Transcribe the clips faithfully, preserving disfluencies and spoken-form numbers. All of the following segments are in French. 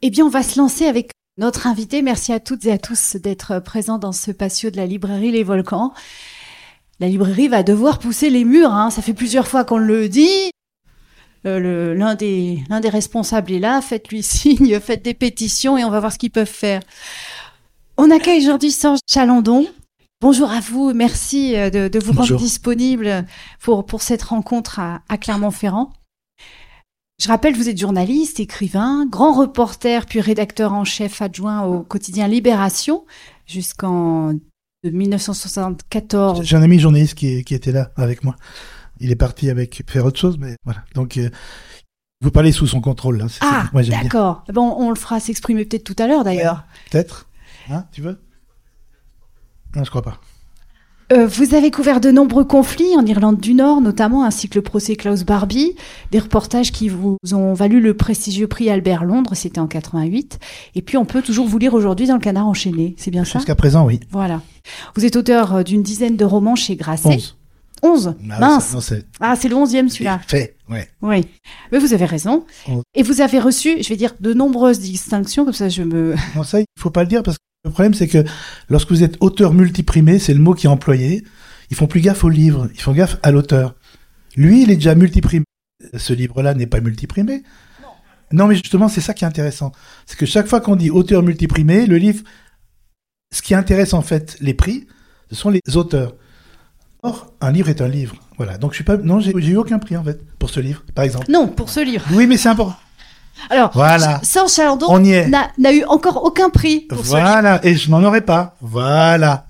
Eh bien, on va se lancer avec notre invité. Merci à toutes et à tous d'être présents dans ce patio de la librairie Les Volcans. La librairie va devoir pousser les murs, hein. Ça fait plusieurs fois qu'on le dit. Euh, le, l'un, des, l'un des responsables est là. Faites-lui signe, faites des pétitions et on va voir ce qu'ils peuvent faire. On accueille aujourd'hui Serge Chalandon. Bonjour à vous. Merci de, de vous Bonjour. rendre disponible pour, pour cette rencontre à, à Clermont-Ferrand. Je rappelle, vous êtes journaliste, écrivain, grand reporter, puis rédacteur en chef adjoint au quotidien Libération jusqu'en dix-neuf cent soixante-quatorze. J'ai un ami journaliste qui, qui était là avec moi. Il est parti avec faire autre chose, mais voilà. Donc, euh, vous parlez sous son contrôle. Là. C'est, ah, c'est, ouais, j'aime d'accord. Bien. Bon, on le fera s'exprimer peut-être tout à l'heure, d'ailleurs. Ouais, peut-être. Hein, tu veux ? Non, je crois pas. Euh, vous avez couvert de nombreux conflits en Irlande du Nord, notamment, ainsi que le procès Klaus Barbie, des reportages qui vous ont valu le prestigieux prix Albert Londres, c'était en quatre-vingt-huit. Et puis, on peut toujours vous lire aujourd'hui dans le Canard enchaîné, c'est bien ça ? Jusqu'à présent, oui. Voilà. Vous êtes auteur d'une dizaine de romans chez Grasset. Onze. Onze Ah, Mince. ça, non, c'est... Ah, c'est le onzième celui-là. Fait, ouais. Oui. Mais vous avez raison. Onze. Et vous avez reçu, je vais dire, de nombreuses distinctions, comme ça je me... Non, ça, il faut pas le dire parce que le problème, c'est que lorsque vous êtes auteur multiprimé, c'est le mot qui est employé, ils font plus gaffe au livre, ils font gaffe à l'auteur. Lui, il est déjà multiprimé. Ce livre-là n'est pas multiprimé. Non. Non, mais justement, c'est ça qui est intéressant. C'est que chaque fois qu'on dit auteur multiprimé, le livre, ce qui intéresse en fait les prix, ce sont les auteurs. Or, un livre est un livre. Voilà. Donc, je suis pas, non, j'ai, j'ai eu aucun prix en fait pour ce livre, par exemple. Non, pour ce livre. Oui, mais c'est important. Alors, voilà. Serge Chalandon On y est. N'a, n'a eu encore aucun prix pour voilà. ce livre. Et je n'en aurai pas. Voilà.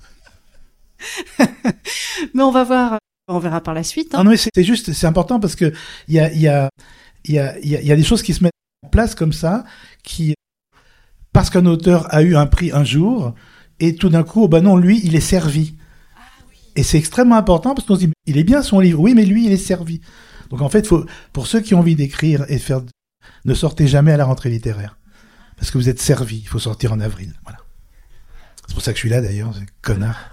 Mais on va voir, on verra par la suite. Hein. Non, mais c'est, c'est juste, c'est important parce que il y a, il y a, il y a, il y a, il y a des choses qui se mettent en place comme ça, qui, parce qu'un auteur a eu un prix un jour, et tout d'un coup, oh ben non, lui, il est servi. Ah, oui. Et c'est extrêmement important parce qu'on se dit, il est bien son livre, oui, mais lui, il est servi. Donc en fait, faut, pour ceux qui ont envie d'écrire et de faire, ne sortez jamais à la rentrée littéraire. Parce que vous êtes servi, il faut sortir en avril. Voilà. C'est pour ça que je suis là d'ailleurs, c'est connard.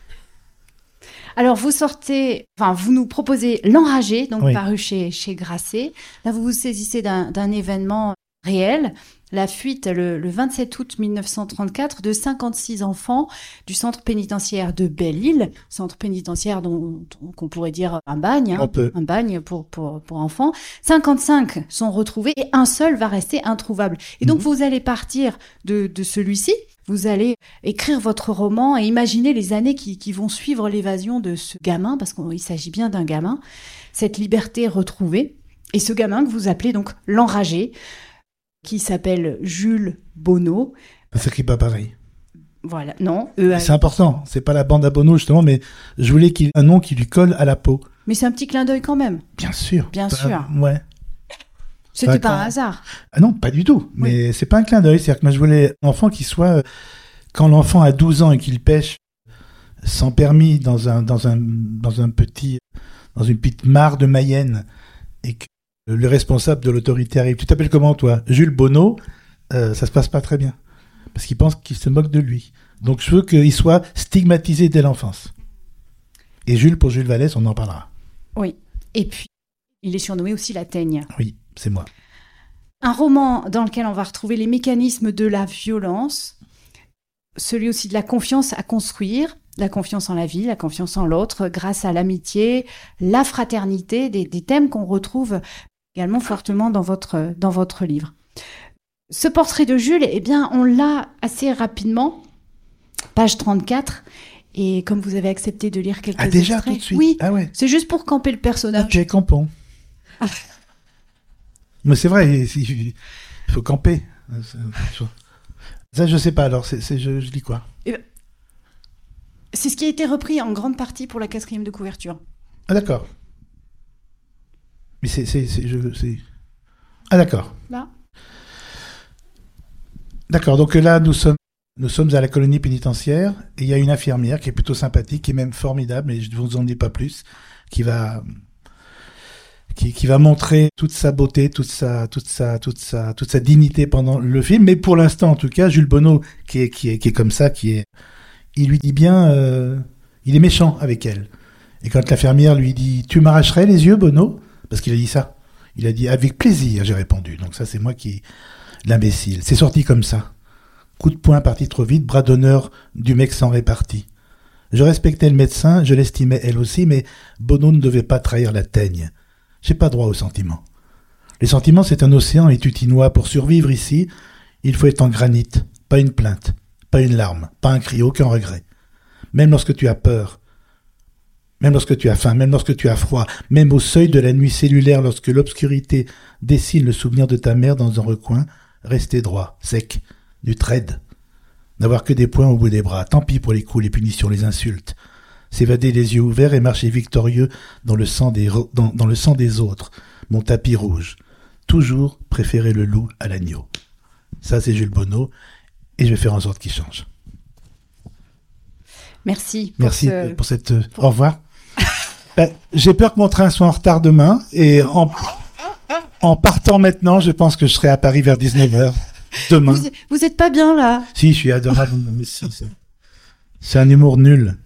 Alors, vous sortez, enfin, vous nous proposez L'Enragé, donc oui. paru chez, chez Grasset. Là, vous vous saisissez d'un, d'un événement réel, la fuite le, le vingt-sept août mille neuf cent trente-quatre de cinquante-six enfants du centre pénitentiaire de Belle-Île, centre pénitentiaire dont, dont qu'on pourrait dire un bagne, hein, On peut. un bagne pour, pour, pour enfants. cinquante-cinq sont retrouvés et un seul va rester introuvable. Et donc, mmh. vous allez partir de, de celui-ci. Vous allez écrire votre roman et imaginer les années qui, qui vont suivre l'évasion de ce gamin, parce qu'il s'agit bien d'un gamin, cette liberté retrouvée. Et ce gamin que vous appelez donc L'Enragé, qui s'appelle Jules Bonneau. Ça s'écrit pas pareil. Voilà, non. E A... C'est important, c'est pas la bande à Bonneau justement, mais je voulais qu'il y ait un nom qui lui colle à la peau. Mais c'est un petit clin d'œil quand même. Bien sûr. Bien pas... sûr. Ouais. C'était enfin, pas quand... un hasard. Ah non, pas du tout. Oui. Mais c'est pas un clin d'œil. C'est-à-dire que moi, je voulais un enfant qui soit... Quand l'enfant a douze ans et qu'il pêche sans permis dans un, dans un, dans un petit... dans une petite mare de Mayenne et que le responsable de l'autorité arrive. Tu t'appelles comment, toi ? Jules Bonneau. Euh, ça se passe pas très bien. Parce qu'il pense qu'il se moque de lui. Donc je veux qu'il soit stigmatisé dès l'enfance. Et Jules, pour Jules Vallès, on en parlera. Oui. Et puis, il est surnommé aussi la Teigne. Oui, c'est moi. Un roman dans lequel on va retrouver les mécanismes de la violence, celui aussi de la confiance à construire, la confiance en la vie, la confiance en l'autre, grâce à l'amitié, la fraternité, des, des thèmes qu'on retrouve également fortement dans votre, dans votre livre. Ce portrait de Jules, eh bien, on l'a assez rapidement, page trente-quatre, et comme vous avez accepté de lire quelques ah, déjà, extraits, tout de suite. oui, ah ouais. C'est juste pour camper le personnage. Ok, campons. Ah. Mais c'est vrai, il faut camper. Ça, je sais pas, alors, c'est, c'est, je, je lis quoi ? C'est ce qui a été repris en grande partie pour la quatrième de couverture. Ah, d'accord. Mais c'est... c'est, c'est, je, c'est... Ah, d'accord. Là. D'accord, donc là, nous sommes, nous sommes à la colonie pénitentiaire, et il y a une infirmière qui est plutôt sympathique, qui est même formidable, mais je ne vous en dis pas plus, qui va... Qui, qui va montrer toute sa beauté, toute sa, toute sa, toute sa, toute sa dignité pendant le film. Mais pour l'instant, en tout cas, Jules Bonneau, qui est, qui est, qui est comme ça, qui est, il lui dit bien, euh, il est méchant avec elle. Et quand l'infirmière lui dit, tu m'arracherais les yeux, Bonneau? Parce qu'il a dit ça. Il a dit, avec plaisir, j'ai répondu. Donc ça, c'est moi qui, l'imbécile. C'est sorti comme ça. Coup de poing parti trop vite, bras d'honneur du mec sans répartie. Je respectais le médecin, je l'estimais elle aussi, mais Bono ne devait pas trahir la teigne. J'ai pas droit aux sentiments. Les sentiments, c'est un océan étutinois. Pour survivre ici, il faut être en granit. Pas une plainte, pas une larme, pas un cri, aucun regret. Même lorsque tu as peur, même lorsque tu as faim, même lorsque tu as froid, même au seuil de la nuit cellulaire, lorsque l'obscurité dessine le souvenir de ta mère dans un recoin, rester droit, sec, du trade. N'avoir que des poings au bout des bras. Tant pis pour les coups, les punitions, les insultes. S'évader les yeux ouverts et marcher victorieux dans le sang des, dans, dans le sang des autres. Mon tapis rouge. Toujours préférer le loup à l'agneau. Ça, c'est Jules Bono. Et je vais faire en sorte qu'il change. Merci. Pour Merci ce... pour cette... Euh, au revoir. Ben, j'ai peur que mon train soit en retard demain. Et en, en partant maintenant, je pense que je serai à Paris vers dix-neuf heures. Demain. Vous, vous êtes pas bien, là? Si, je suis adorable. Mais si, c'est... c'est un humour nul.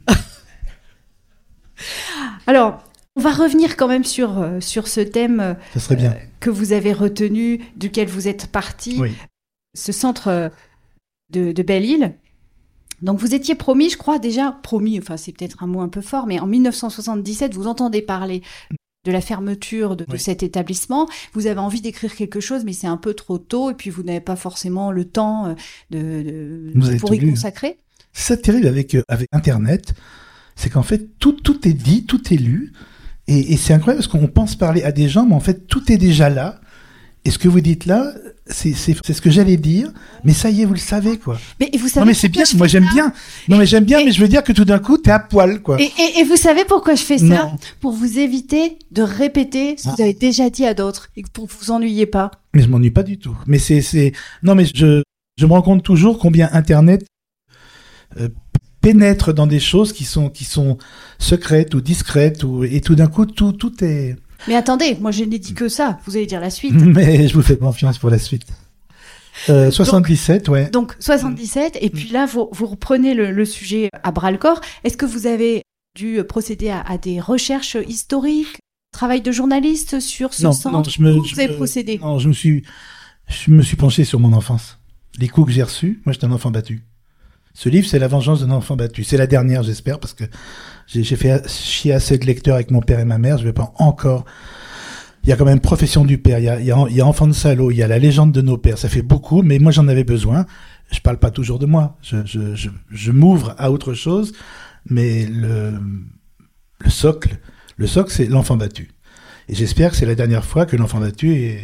Alors, on va revenir quand même sur, euh, sur ce thème Ça serait bien. Euh, que vous avez retenu, duquel vous êtes parti, Oui. ce centre euh, de, de Belle-Île. Donc, vous étiez promis, je crois déjà, promis, enfin, c'est peut-être un mot un peu fort, mais en dix-neuf cent soixante-dix-sept, vous entendez parler de la fermeture de, oui. de cet établissement. Vous avez envie d'écrire quelque chose, mais c'est un peu trop tôt, et puis vous n'avez pas forcément le temps de, de, pour y consacrer. C'est ça terrible avec, euh, avec Internet, c'est qu'en fait, tout, tout est dit, tout est lu, et, et c'est incroyable parce qu'on pense parler à des gens, mais en fait, tout est déjà là. Et ce que vous dites là, c'est, c'est, c'est ce que j'allais dire, mais ça y est, vous le savez, quoi. Mais vous savez non, mais c'est bien, moi j'aime ça bien. Non, mais j'aime bien, et, mais je veux dire que tout d'un coup, t'es à poil, quoi. Et, et, et vous savez pourquoi je fais ça? Non. Pour vous éviter de répéter ce que ah. vous avez déjà dit à d'autres, et pour que vous vous ennuyiez pas. Mais je m'ennuie pas du tout. Mais c'est, c'est, non, mais je, je me rends compte toujours combien Internet, euh, pénètre dans des choses qui sont, qui sont secrètes ou discrètes, ou, et tout d'un coup, tout, tout est... Mais attendez, moi je n'ai dit que ça, vous allez dire la suite. Mais je vous fais confiance pour la suite. Euh, soixante-dix-sept, donc, ouais. Donc soixante-dix-sept, et puis là, vous, vous reprenez le, le sujet à bras-le-corps. Est-ce que vous avez dû procéder à, à des recherches historiques, travail de journaliste sur ce non, centre? Non, je me, Où je vous avez me, procédé? Non, je me suis, je me suis penché sur mon enfance. Les coups que j'ai reçus, moi j'étais un enfant battu. Ce livre, c'est la vengeance d'un enfant battu. C'est la dernière, j'espère, parce que j'ai, j'ai fait chier assez de lecteurs avec mon père et ma mère. Je vais pas encore... Il y a quand même Profession du père, il y a, il y a, il y a Enfant de salaud, il y a La légende de nos pères. Ça fait beaucoup, mais moi, j'en avais besoin. Je parle pas toujours de moi. Je, je, je, je m'ouvre à autre chose, mais le, le socle, le socle, c'est l'enfant battu. Et j'espère que c'est la dernière fois que l'enfant battu est,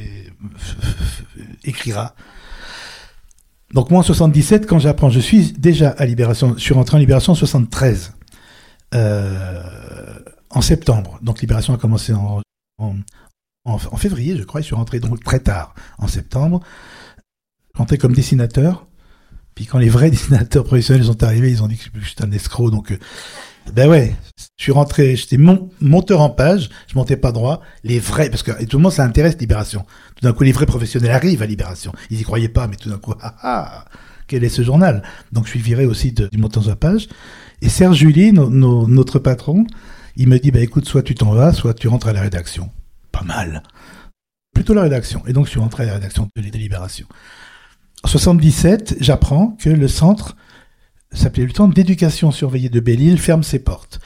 écrira. Donc moi en soixante-dix-sept, quand j'apprends, je suis déjà à Libération, je suis rentré en Libération en soixante-treize, euh, en septembre. Donc Libération a commencé en, en, en, en février, je crois, et je suis rentré donc très tard, en septembre. Rentré comme dessinateur, puis quand les vrais dessinateurs professionnels sont arrivés, ils ont dit que j'étais un escroc, donc... Euh, ben ouais, je suis rentré, j'étais mon, monteur en page, je montais pas droit, les vrais, parce que et tout le monde ça intéresse Libération. Tout d'un coup, les vrais professionnels arrivent à Libération. Ils y croyaient pas, mais tout d'un coup, ah ah, quel est ce journal? Donc je suis viré aussi de, du monteur en page. Et Serge Julie, no, no, notre patron, il me dit, bah écoute, soit tu t'en vas, soit tu rentres à la rédaction. Pas mal. Plutôt la rédaction. Et donc je suis rentré à la rédaction de Libération. En soixante-dix-sept, j'apprends que le centre s'appelait le Centre d'éducation surveillée de Belle-Île, ferme ses portes.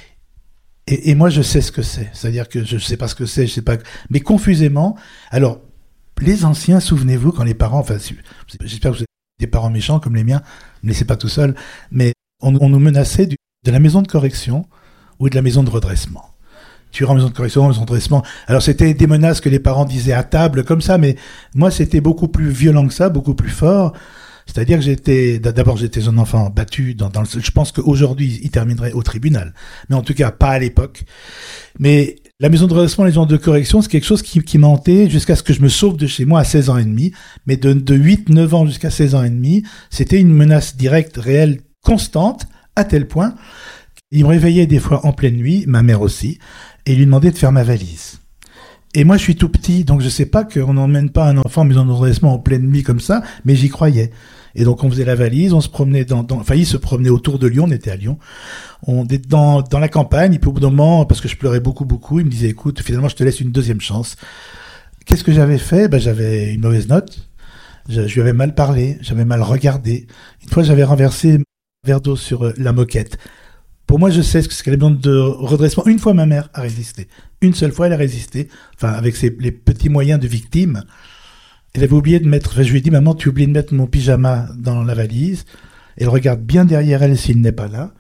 Et, et moi, je sais ce que c'est. C'est-à-dire que je ne sais pas ce que c'est, je sais pas. Mais confusément, alors, les anciens, souvenez-vous, quand les parents, enfin, j'espère que vous êtes des parents méchants comme les miens, ne me laissez pas tout seul, mais on, on nous menaçait du, de la maison de correction ou de la maison de redressement. Tu iras en maison de correction, en maison de redressement. Alors, c'était des menaces que les parents disaient à table, comme ça, mais moi, c'était beaucoup plus violent que ça, beaucoup plus fort. C'est-à-dire que j'étais, d'abord j'étais un enfant battu dans, dans le, je pense qu'aujourd'hui il terminerait au tribunal. Mais en tout cas, pas à l'époque. Mais la maison de redressement, les gens de correction, c'est quelque chose qui, qui m'a hanté jusqu'à ce que je me sauve de chez moi à seize ans et demi. Mais de, de huit, neuf ans jusqu'à seize ans et demi, c'était une menace directe, réelle, constante, à tel point, il me réveillait des fois en pleine nuit, ma mère aussi, et il lui demandait de faire ma valise. Et moi, je suis tout petit, donc je sais pas qu'on n'emmène pas un enfant en maison de redressement en pleine nuit comme ça, mais j'y croyais. Et donc, on faisait la valise, on se promenait dans, dans enfin, il se promenait autour de Lyon, on était à Lyon. On était dans, dans la campagne, et puis au bout d'un moment, parce que je pleurais beaucoup, beaucoup, il me disait, écoute, finalement, je te laisse une deuxième chance. Qu'est-ce que j'avais fait? Ben, j'avais une mauvaise note. Je, je lui avais mal parlé, j'avais mal regardé. Une fois, j'avais renversé un verre d'eau sur euh, la moquette. Pour moi, je sais ce que c'est qu'elle a besoin de redressement. Une fois, ma mère a résisté. Une seule fois, elle a résisté. Enfin, avec ses, les petits moyens de victime. Elle avait oublié de mettre... Enfin, je lui ai dit, maman, tu oublies de mettre mon pyjama dans la valise. Elle regarde bien derrière elle s'il n'est pas là.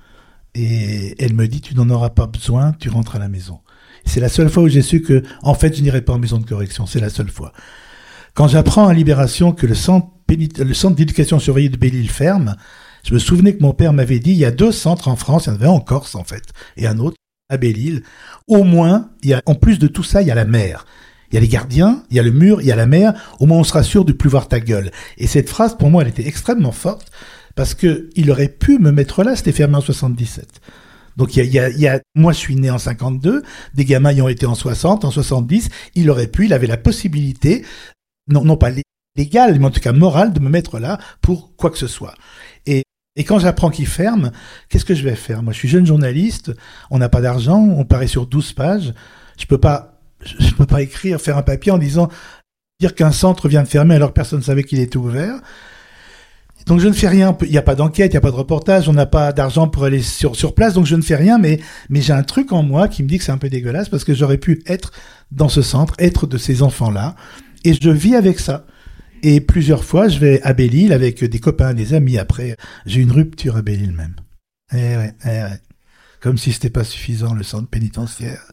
Et elle me dit, tu n'en auras pas besoin, tu rentres à la maison. C'est la seule fois où j'ai su que, en fait, je n'irai pas en maison de correction. C'est la seule fois. Quand j'apprends à Libération que le centre, le centre d'éducation surveillée de Belle-Île ferme, je me souvenais que mon père m'avait dit, il y a deux centres en France, il y en avait un en Corse, en fait, et un autre à Belle-Île. Au moins, il y a, en plus de tout ça, il y a la mer. Il y a les gardiens, il y a le mur, il y a la mer. Au moins, on sera sûr de plus voir ta gueule. Et cette phrase, pour moi, elle était extrêmement forte parce que il aurait pu me mettre là, c'était fermé en soixante-dix-sept. Donc, il y a, il y a, il y a, moi, je suis né en cinquante-deux, des gamins y ont été en soixante, en soixante-dix. Il aurait pu, il avait la possibilité, non, non pas légale, mais en tout cas morale, de me mettre là pour quoi que ce soit. Et, et quand j'apprends qu'il ferme, qu'est-ce que je vais faire? Moi, je suis jeune journaliste, on n'a pas d'argent, on paraît sur douze pages. Je peux pas, je ne peux pas écrire, faire un papier en disant, dire qu'un centre vient de fermer alors que personne ne savait qu'il était ouvert. Donc je ne fais rien, il n'y a pas d'enquête, il n'y a pas de reportage, on n'a pas d'argent pour aller sur, sur place, donc je ne fais rien, mais, mais j'ai un truc en moi qui me dit que c'est un peu dégueulasse parce que j'aurais pu être dans ce centre, être de ces enfants-là, et je vis avec ça. Et plusieurs fois, je vais à Belle-Île avec des copains, des amis, après, j'ai une rupture à Belle-Île même. Eh ouais, eh ouais. Comme si c'était pas suffisant, le centre pénitentiaire.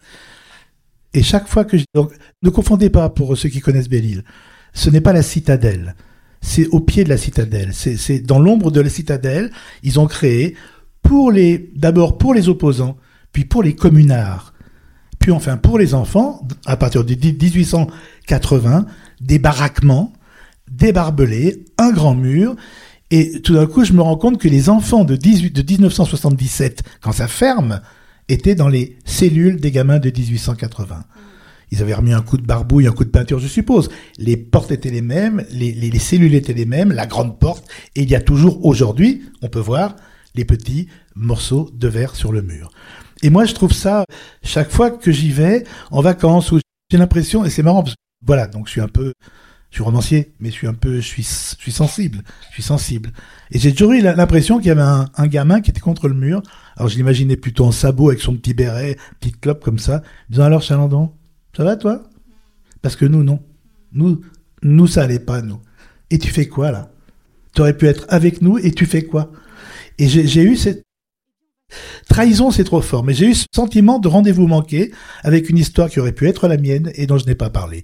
Et chaque fois que je... Donc, ne confondez pas, pour ceux qui connaissent Belle-Île, ce n'est pas la citadelle, c'est au pied de la citadelle, c'est, c'est dans l'ombre de la citadelle, ils ont créé, pour les, d'abord pour les opposants, puis pour les communards, puis enfin pour les enfants, à partir de dix-huit cent quatre-vingts, des baraquements, des barbelés, un grand mur, et tout d'un coup je me rends compte que les enfants de, dix-huit, de dix-neuf cent soixante-dix-sept, quand ça ferme, étaient dans les cellules des gamins de dix-huit cent quatre-vingts. Ils avaient remis un coup de barbouille, un coup de peinture, je suppose. Les portes étaient les mêmes, les, les, les cellules étaient les mêmes, la grande porte, et il y a toujours aujourd'hui, on peut voir, les petits morceaux de verre sur le mur. Et moi, je trouve ça, chaque fois que j'y vais, en vacances, où j'ai l'impression, et c'est marrant, parce que, voilà, donc je suis un peu, je suis romancier, mais je suis un peu, je suis, je suis sensible, je suis sensible. Et j'ai toujours eu l'impression qu'il y avait un, un gamin qui était contre le mur. Alors je l'imaginais plutôt en sabot avec son petit béret, petite clope comme ça, disant alors Chalandon, ça va toi? Parce que nous non, nous, nous ça allait pas nous. Et tu fais quoi là? Tu aurais pu être avec nous et tu fais quoi? Et j'ai, j'ai eu cette trahison, c'est trop fort, mais j'ai eu ce sentiment de rendez-vous manqué avec une histoire qui aurait pu être la mienne et dont je n'ai pas parlé.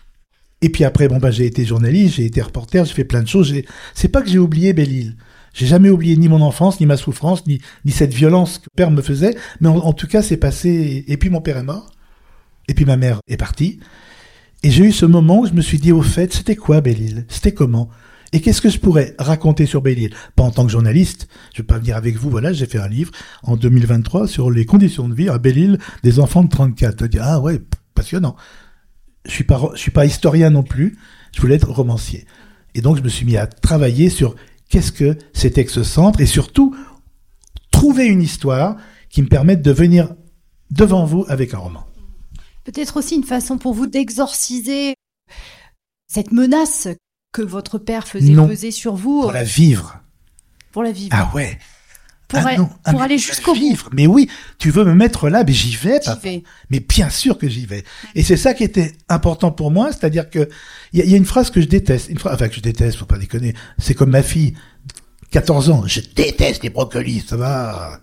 Et puis après, bon bah j'ai été journaliste, j'ai été reporter, j'ai fait plein de choses. J'ai... C'est pas que j'ai oublié Belle-Île. J'ai jamais oublié ni mon enfance, ni ma souffrance, ni, ni cette violence que père me faisait. Mais en, en tout cas, c'est passé. Et puis mon père est mort. Et puis ma mère est partie. Et j'ai eu ce moment où je me suis dit, au fait, c'était quoi Belle-Île? C'était comment? Et qu'est-ce que je pourrais raconter sur Belle-Île? Pas en tant que journaliste. Je vais pas venir avec vous. Voilà, j'ai fait un livre en deux mille vingt-trois sur les conditions de vie à Belle-Île des enfants de trente-quatre. Dire, ah ouais, passionnant. Je suis pas, je suis pas historien non plus. Je voulais être romancier. Et donc, je me suis mis à travailler sur qu'est-ce que c'était que ce centre et surtout, trouver une histoire qui me permette de venir devant vous avec un roman. Peut-être aussi une façon pour vous d'exorciser cette menace que votre père faisait non, peser sur vous. Pour la vivre. Pour la vivre. Ah ouais. Pour, ah a- non, pour ah aller jusqu'au vivre. bout. Mais oui, tu veux me mettre là, mais j'y vais, papa. J'y vais. Mais bien sûr que j'y vais. Et c'est ça qui était important pour moi, c'est-à-dire que il y, y a une phrase que je déteste, une phrase, enfin que je déteste, faut pas déconner. C'est comme ma fille, quatorze ans, je déteste les brocolis, ça va,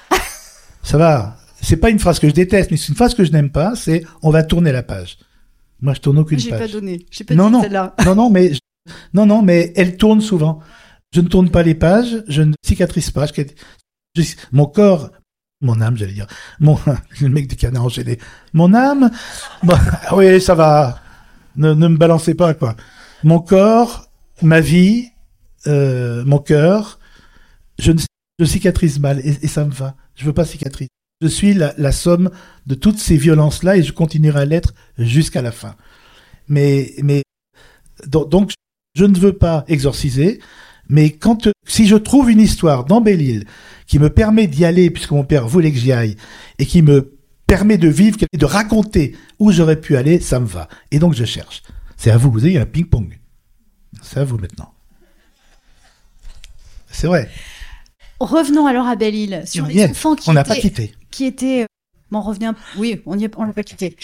ça va. C'est pas une phrase que je déteste, mais c'est une phrase que je n'aime pas. C'est on va tourner la page. Moi, je tourne aucune J'ai page. pas donné. J'ai pas non, dit non, celle-là. non, non, mais non, non, mais elle tourne souvent. Je ne tourne pas les pages, je ne cicatrise pas. Je, je, mon corps, mon âme, j'allais dire, mon le mec des canards enchaînés. Mon âme, bon, oui, ça va. Ne, ne me balancez pas quoi. Mon corps, ma vie, euh, mon cœur, je, ne, je cicatrise mal et, et ça me va. Je veux pas cicatriser. Je suis la, la somme de toutes ces violences-là et je continuerai à l'être jusqu'à la fin. Mais, mais donc, je ne veux pas exorciser, mais quand, si je trouve une histoire dans Belle-Île qui me permet d'y aller, puisque mon père voulait que j'y aille, et qui me permet de vivre, de raconter où j'aurais pu aller, ça me va. Et donc, je cherche. C'est à vous, vous avez un ping-pong. C'est à vous maintenant. C'est vrai. Revenons alors à Belle-Île sur les Yeah. enfants qui On n'a étaient, pas quitté. qui étaient. Bon, on revient. Oui, on y est, on l'a pas quitté.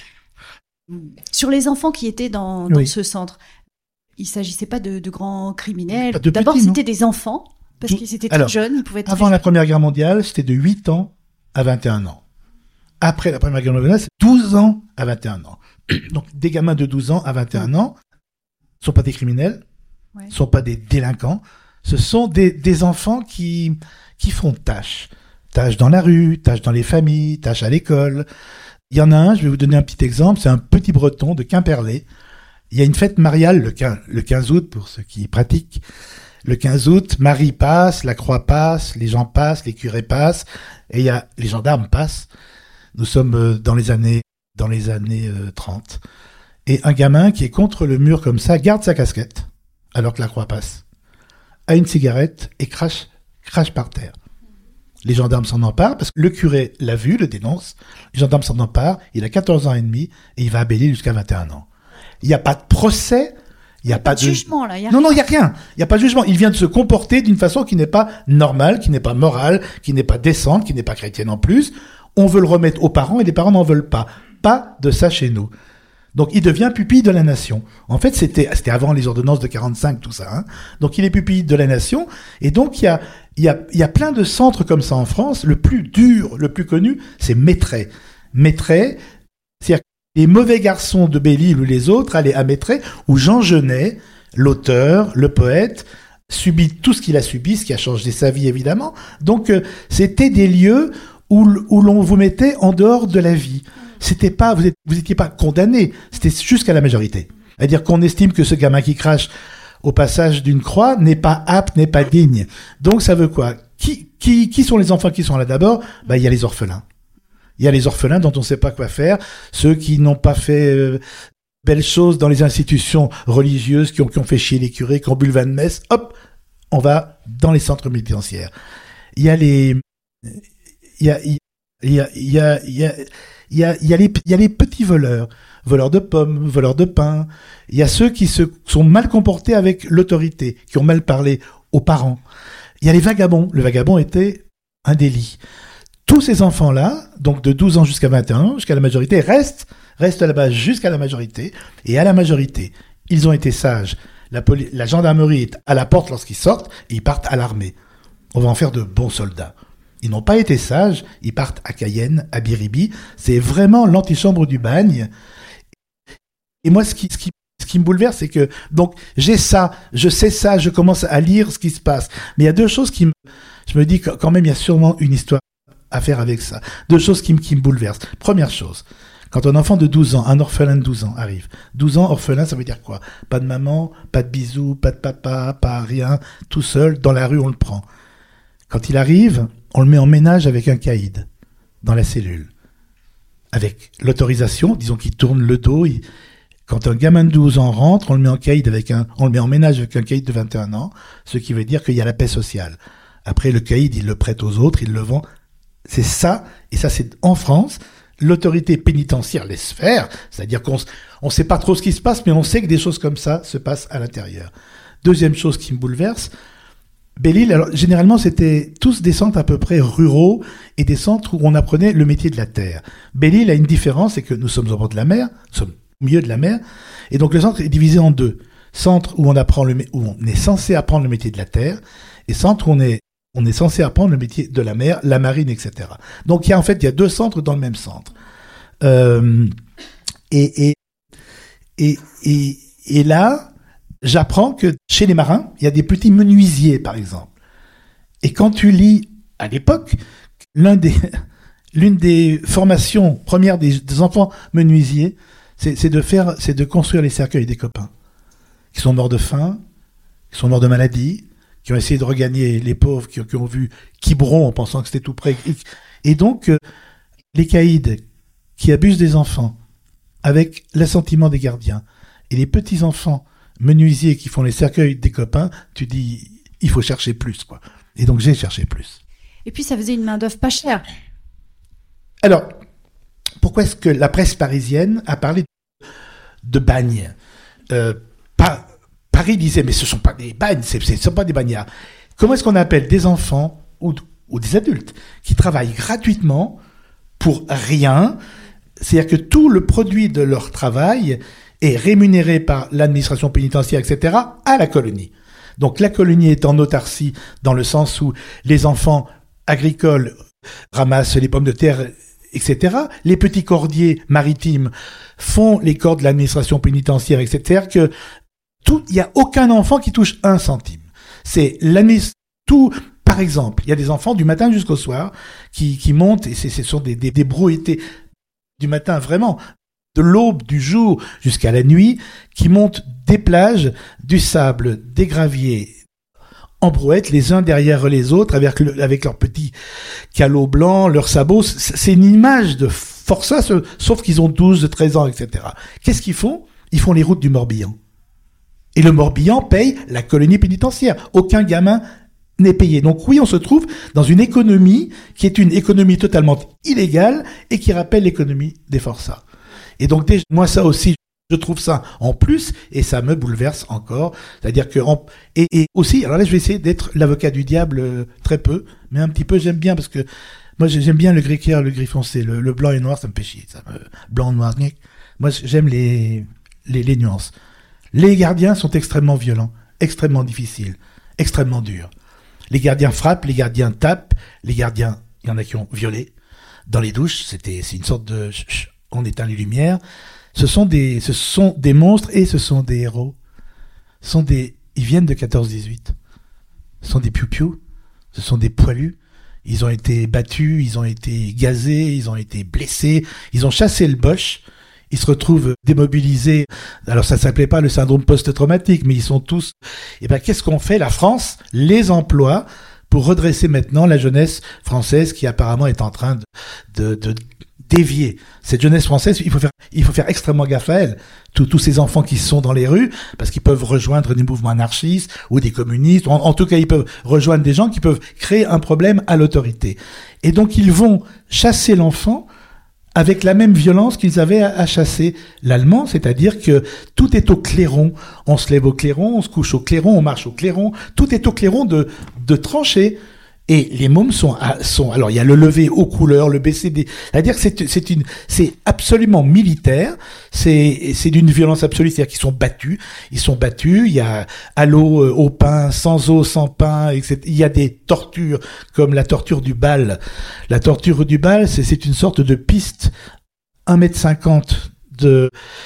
Sur les enfants qui étaient dans, dans Oui. ce centre, il s'agissait pas de, de grands criminels. Pas de D'abord, petits, non. c'était des enfants parce Tout- qu'ils étaient Alors, très jeunes. Ils pouvaient être Avant très la jeunes. Première Guerre mondiale, c'était de huit ans à vingt et un ans. Après la Première Guerre mondiale, c'est douze ans à vingt et un ans. Donc, des gamins de douze ans à vingt et un ans ne sont pas des criminels, Ouais. ne sont pas des délinquants. Ce sont des, des enfants qui, qui font tâche. Tâche dans la rue, tâche dans les familles, tâche à l'école. Il y en a un, je vais vous donner un petit exemple, c'est un petit breton de Quimperlé. Il y a une fête mariale le quinze, le quinze août, pour ceux qui pratiquent. Le quinze août, Marie passe, la croix passe, les gens passent, les curés passent, et il y a, les gendarmes passent. Nous sommes euh, dans les années, dans les années euh, trente. Et un gamin qui est contre le mur comme ça, garde sa casquette, alors que la croix passe, a une cigarette et crache, crache par terre. Les gendarmes s'en emparent, parce que le curé l'a vu, le dénonce. Les gendarmes s'en emparent, il a quatorze ans et demi, et il va à Belle-Île jusqu'à vingt et un ans. Il n'y a pas de procès, il n'y a pas Pas de jugement là. il Y a non, non, il n'y a rien. Il n'y a pas de jugement. Il vient de se comporter d'une façon qui n'est pas normale, qui n'est pas morale, qui n'est pas décente, qui n'est pas chrétienne en plus. On veut le remettre aux parents et les parents n'en veulent pas. Pas de ça chez nous. Donc, il devient pupille de la nation. En fait, c'était, c'était avant les ordonnances de quarante-cinq, tout ça, hein. Donc, il est pupille de la nation. Et donc, il y a, il y a, il y a plein de centres comme ça en France. Le plus dur, le plus connu, c'est Mettray. Mettray, c'est-à-dire les mauvais garçons de Belle-Île ou les autres allaient à Mettray, où Jean Genet, l'auteur, le poète, subit tout ce qu'il a subi, ce qui a changé sa vie évidemment. Donc euh, c'était des lieux où, où l'on vous mettait en dehors de la vie. C'était pas, vous êtes, vous étiez pas condamné, c'était jusqu'à la majorité. C'est-à-dire qu'on estime que ce gamin qui crache au passage d'une croix n'est pas apte, n'est pas digne. Donc ça veut quoi ? Qui, qui, qui sont les enfants qui sont là d'abord ? Bah, il y a les orphelins. Il y a les orphelins dont on ne sait pas quoi faire, ceux qui n'ont pas fait euh, belles choses dans les institutions religieuses, qui ont, qui ont fait chier les curés, qui ont bu le vin de messe, hop, on va dans les centres pénitentiaires. Il y a les, il y a, il y a, il y a, il y a, il y a, il y a les, il y a les petits voleurs, voleurs de pommes, voleurs de pain. Il y a ceux qui se sont mal comportés avec l'autorité, qui ont mal parlé aux parents. Il y a les vagabonds. Le vagabond était un délit. Tous ces enfants-là, donc de douze ans jusqu'à vingt et un ans, jusqu'à la majorité, restent, restent là-bas jusqu'à la majorité. Et à la majorité, ils ont été sages. La, poli- la gendarmerie est à la porte lorsqu'ils sortent et ils partent à l'armée. On va en faire de bons soldats. Ils n'ont pas été sages, ils partent à Cayenne, à Biribi. C'est vraiment l'antichambre du bagne. Et moi, ce qui, ce qui, ce qui me bouleverse, c'est que, donc, j'ai ça, je sais ça, je commence à lire ce qui se passe. Mais il y a deux choses qui me, je me dis que, quand même, il y a sûrement une histoire à faire avec ça. Deux choses qui me, qui me bouleversent. Première chose, quand un enfant de douze ans, un orphelin de douze ans arrive, douze ans, orphelin, ça veut dire quoi ? Pas de maman, pas de bisous, pas de papa, pas rien, tout seul, dans la rue, on le prend. Quand il arrive, on le met en ménage avec un caïd, dans la cellule. Avec l'autorisation, disons qu'il tourne le dos, il... quand un gamin de douze ans rentre, on le met en caïd avec un, on le met en ménage avec un caïd de vingt et un ans, ce qui veut dire qu'il y a la paix sociale. Après, le caïd, il le prête aux autres, il le vend. C'est ça, et ça c'est en France, l'autorité pénitentiaire laisse faire, c'est-à-dire qu'on ne sait pas trop ce qui se passe, mais on sait que des choses comme ça se passent à l'intérieur. Deuxième chose qui me bouleverse, Belle-Île, alors généralement c'était tous des centres à peu près ruraux et des centres où on apprenait le métier de la terre. Belle-Île a une différence, c'est que nous sommes au bord de la mer, nous sommes au milieu de la mer, et donc le centre est divisé en deux. Centre où on apprend le, où on est censé apprendre le métier de la terre, et centre où on est On est censé apprendre le métier de la mer, la marine, et cetera. Donc, il y a en fait, il y a deux centres dans le même centre. Euh, et, et, et, et, et là, j'apprends que chez les marins, il y a des petits menuisiers, par exemple. Et quand tu lis, à l'époque, l'un des, l'une des formations premières des, des enfants menuisiers, c'est, c'est de faire, c'est de construire les cercueils des copains qui sont morts de faim, qui sont morts de maladie, qui ont essayé de regagner les pauvres, qui, qui ont vu Quiberon en pensant que c'était tout près. Et donc, euh, les caïds qui abusent des enfants avec l'assentiment des gardiens, et les petits-enfants menuisiers qui font les cercueils des copains, tu dis, il faut chercher plus, quoi. Et donc, j'ai cherché plus. Et puis, ça faisait une main-d'œuvre pas chère. Alors, pourquoi est-ce que la presse parisienne a parlé de bagne ? euh, Pas... Pas Paris disait, mais ce sont pas des bagnes, ce ne sont pas des bagnards. Comment est-ce qu'on appelle des enfants ou, ou des adultes qui travaillent gratuitement pour rien? C'est-à-dire que tout le produit de leur travail est rémunéré par l'administration pénitentiaire, et cetera, à la colonie. Donc la colonie est en autarcie dans le sens où les enfants agricoles ramassent les pommes de terre, et cetera. Les petits cordiers maritimes font les corps de l'administration pénitentiaire, et cetera. Que tout, il n'y a aucun enfant qui touche un centime. C'est l'administration, tout, par exemple, il y a des enfants du matin jusqu'au soir qui, qui montent, et c'est, ce sont des, des, des brouettés du matin, vraiment, de l'aube, du jour jusqu'à la nuit, qui montent des plages, du sable, des graviers, en brouette, les uns derrière les autres, avec, le, avec leurs petits calots blancs, leurs sabots. C'est une image de forçat, sauf qu'ils ont douze, treize ans, et cetera. Qu'est-ce qu'ils font? Ils font les routes du Morbihan. Et le Morbihan paye la colonie pénitentiaire. Aucun gamin n'est payé. Donc oui, on se trouve dans une économie qui est une économie totalement illégale et qui rappelle l'économie des forçats. Et donc déjà, moi ça aussi, je trouve ça en plus et ça me bouleverse encore. C'est-à-dire que en, et, et aussi, alors là je vais essayer d'être l'avocat du diable euh, très peu, mais un petit peu j'aime bien parce que moi j'aime bien le gris clair, le gris foncé, le, le blanc et noir ça me fait chier. Ça me, blanc, noir, moi j'aime les, les les nuances. Les gardiens sont extrêmement violents, extrêmement difficiles, extrêmement durs. Les gardiens frappent, les gardiens tapent, les gardiens, il y en a qui ont violé. Dans les douches, c'était, c'est une sorte de, on éteint les lumières. Ce sont des, ce sont des monstres et ce sont des héros. Ce sont des, ils viennent de quatorze dix-huit. Ce sont des piou-piou. Ce sont des poilus. Ils ont été battus, ils ont été gazés, ils ont été blessés. Ils ont chassé le boche. Ils se retrouvent démobilisés. Alors ça s'appelait pas le syndrome post-traumatique, mais ils sont tous. Et ben qu'est-ce qu'on fait? La France les emploie pour redresser maintenant la jeunesse française qui apparemment est en train de, de, de dévier. Cette jeunesse française, il faut faire, il faut faire extrêmement gaffe à elle. Tous, tous ces enfants qui sont dans les rues, parce qu'ils peuvent rejoindre des mouvements anarchistes ou des communistes. En, en tout cas, ils peuvent rejoindre des gens qui peuvent créer un problème à l'autorité. Et donc ils vont chasser l'enfant avec la même violence qu'ils avaient à, à chasser l'allemand, c'est-à-dire que tout est au clairon. On se lève au clairon, on se couche au clairon, on marche au clairon. Tout est au clairon de, de tranchées. Et les mômes sont, à, sont, alors il y a le lever aux couleurs, le baisser des, c'est-à-dire que c'est, c'est une, c'est absolument militaire, c'est, c'est d'une violence absolue, c'est-à-dire qu'ils sont battus, ils sont battus, il y a à l'eau, au pain, sans eau, sans pain, et cetera. Il y a des tortures, comme la torture du bal. La torture du bal, c'est, c'est une sorte de piste, un mètre cinquante de,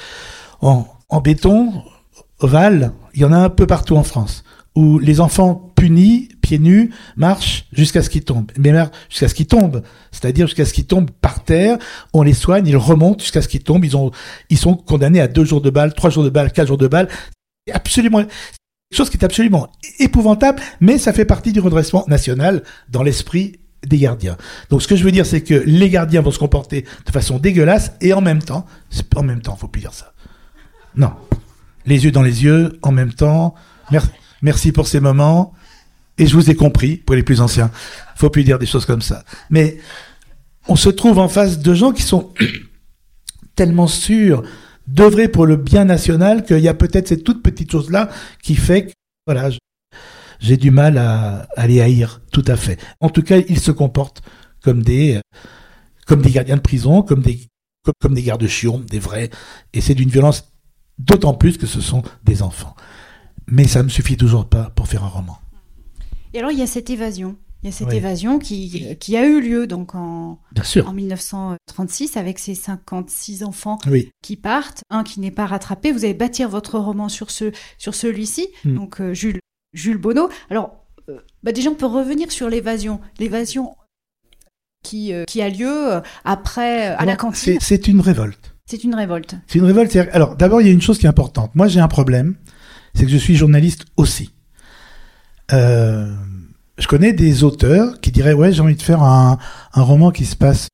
en, en béton, ovale, il y en a un peu partout en France, où les enfants punis, pieds nus, marchent jusqu'à ce qu'ils tombent. Mais jusqu'à ce qu'ils tombent. C'est-à-dire jusqu'à ce qu'ils tombent par terre, on les soigne, ils remontent jusqu'à ce qu'ils tombent, ils ont, ils sont condamnés à deux jours de balle, trois jours de balle, quatre jours de balle. C'est absolument, quelque chose qui est absolument épouvantable, mais ça fait partie du redressement national dans l'esprit des gardiens. Donc ce que je veux dire, c'est que les gardiens vont se comporter de façon dégueulasse et en même temps, en même temps, faut plus dire ça. Non. Les yeux dans les yeux, en même temps. Merci. Merci pour ces moments. Et je vous ai compris, pour les plus anciens. Faut plus dire des choses comme ça. Mais on se trouve en face de gens qui sont tellement sûrs d'œuvrer pour le bien national qu'il y a peut-être cette toute petite chose-là qui fait que, voilà, j'ai du mal à, à les haïr, tout à fait. En tout cas, ils se comportent comme des, comme des gardiens de prison, comme des, comme, comme des gardes-chiots, des vrais. Et c'est d'une violence d'autant plus que ce sont des enfants. Mais ça ne me suffit toujours pas pour faire un roman. Et alors, il y a cette évasion. Il y a cette oui. évasion qui, qui a eu lieu donc en, Bien sûr. en dix-neuf cent trente-six avec ces cinquante-six enfants oui. qui partent, un qui n'est pas rattrapé. Vous allez bâtir votre roman sur, ce, sur celui-ci, mm. donc euh, Jules, Jules Bonneau. Alors, euh, bah déjà, on peut revenir sur l'évasion. L'évasion qui, euh, qui a lieu euh, après, euh, à non, la cantine. C'est, c'est une révolte. C'est une révolte. C'est une révolte. C'est... Alors, d'abord, il y a une chose qui est importante. Moi, j'ai un problème. C'est que je suis journaliste aussi. Euh, je connais des auteurs qui diraient ouais j'ai envie de faire un, un roman qui se passe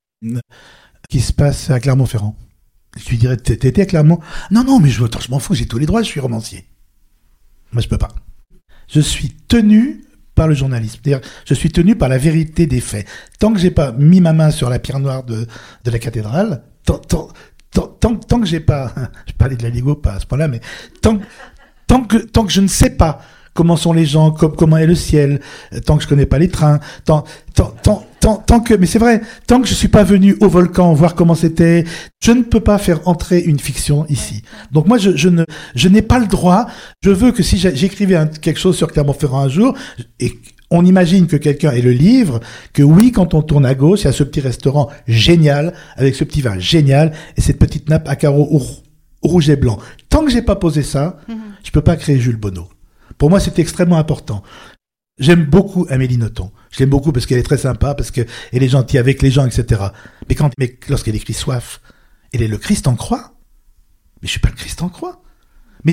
qui se passe à Clermont-Ferrand. Je lui dirais t'étais à Clermont? Non non mais je, attends, je m'en fous, j'ai tous les droits, je suis romancier. Moi je peux pas. Je suis tenu par le journalisme, c'est-à-dire je suis tenu par la vérité des faits. Tant que j'ai pas mis ma main sur la pierre noire de de la cathédrale, tant tant tant, tant, tant que j'ai pas, je parlais de la Ligo pas à ce point-là, mais tant tant que, tant que je ne sais pas comment sont les gens, com- comment est le ciel, tant que je connais pas les trains, tant, tant, tant, tant, tant que, mais c'est vrai, tant que je suis pas venu au volcan voir comment c'était, je ne peux pas faire entrer une fiction ici. Donc moi, je, je ne, je n'ai pas le droit. Je veux que si j'écrivais un, quelque chose sur Clermont-Ferrand un jour, et on imagine que quelqu'un ait le livre, que oui, quand on tourne à gauche, il y a ce petit restaurant génial, avec ce petit vin génial, et cette petite nappe à carreaux au, au rouge et blanc. Tant que j'ai pas posé ça, mm-hmm. je peux pas créer Jules Bonneau. Pour moi, c'est extrêmement important. J'aime beaucoup Amélie Nothomb. Je l'aime beaucoup parce qu'elle est très sympa, parce qu'elle est gentille avec les gens, et cetera. Mais quand, mais lorsqu'elle écrit Soif, elle est le Christ en croix. Mais je suis pas le Christ en croix. Mais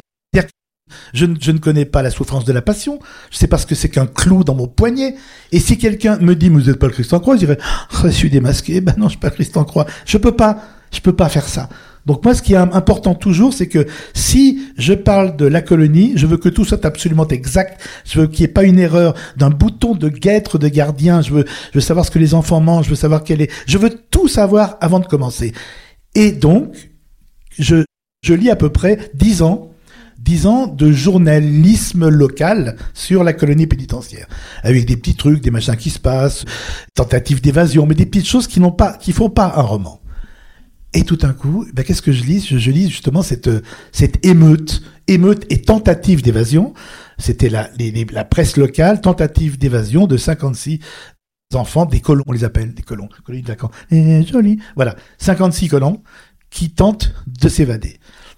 je, je ne connais pas la souffrance de la passion. Je sais pas ce que c'est qu'un clou dans mon poignet. Et si quelqu'un me dit, mais vous n'êtes pas le Christ en croix, je dirais, oh, je suis démasqué. Ben non, je suis pas le Christ en croix. Je peux pas, je peux pas faire ça. Donc moi, ce qui est important toujours, c'est que si je parle de la colonie, je veux que tout soit absolument exact. Je veux qu'il n'y ait pas une erreur d'un bouton de guêtre de gardien. Je veux, je veux savoir ce que les enfants mangent. Je veux savoir quel est. Je veux tout savoir avant de commencer. Et donc, je, je lis à peu près dix ans, dix ans de journalisme local sur la colonie pénitentiaire, avec des petits trucs, des machins qui se passent, tentatives d'évasion, mais des petites choses qui n'ont pas, qui font pas un roman. Et tout d'un coup, ben, qu'est-ce que je lis? Je, je lis justement cette, cette émeute, émeute et tentative d'évasion. C'était la, les, les, la presse locale, tentative d'évasion de cinquante-six enfants, des colons, on les appelle, des colons, colonies de vacances. Et joli. Voilà. cinquante-six colons qui tentent de s'évader.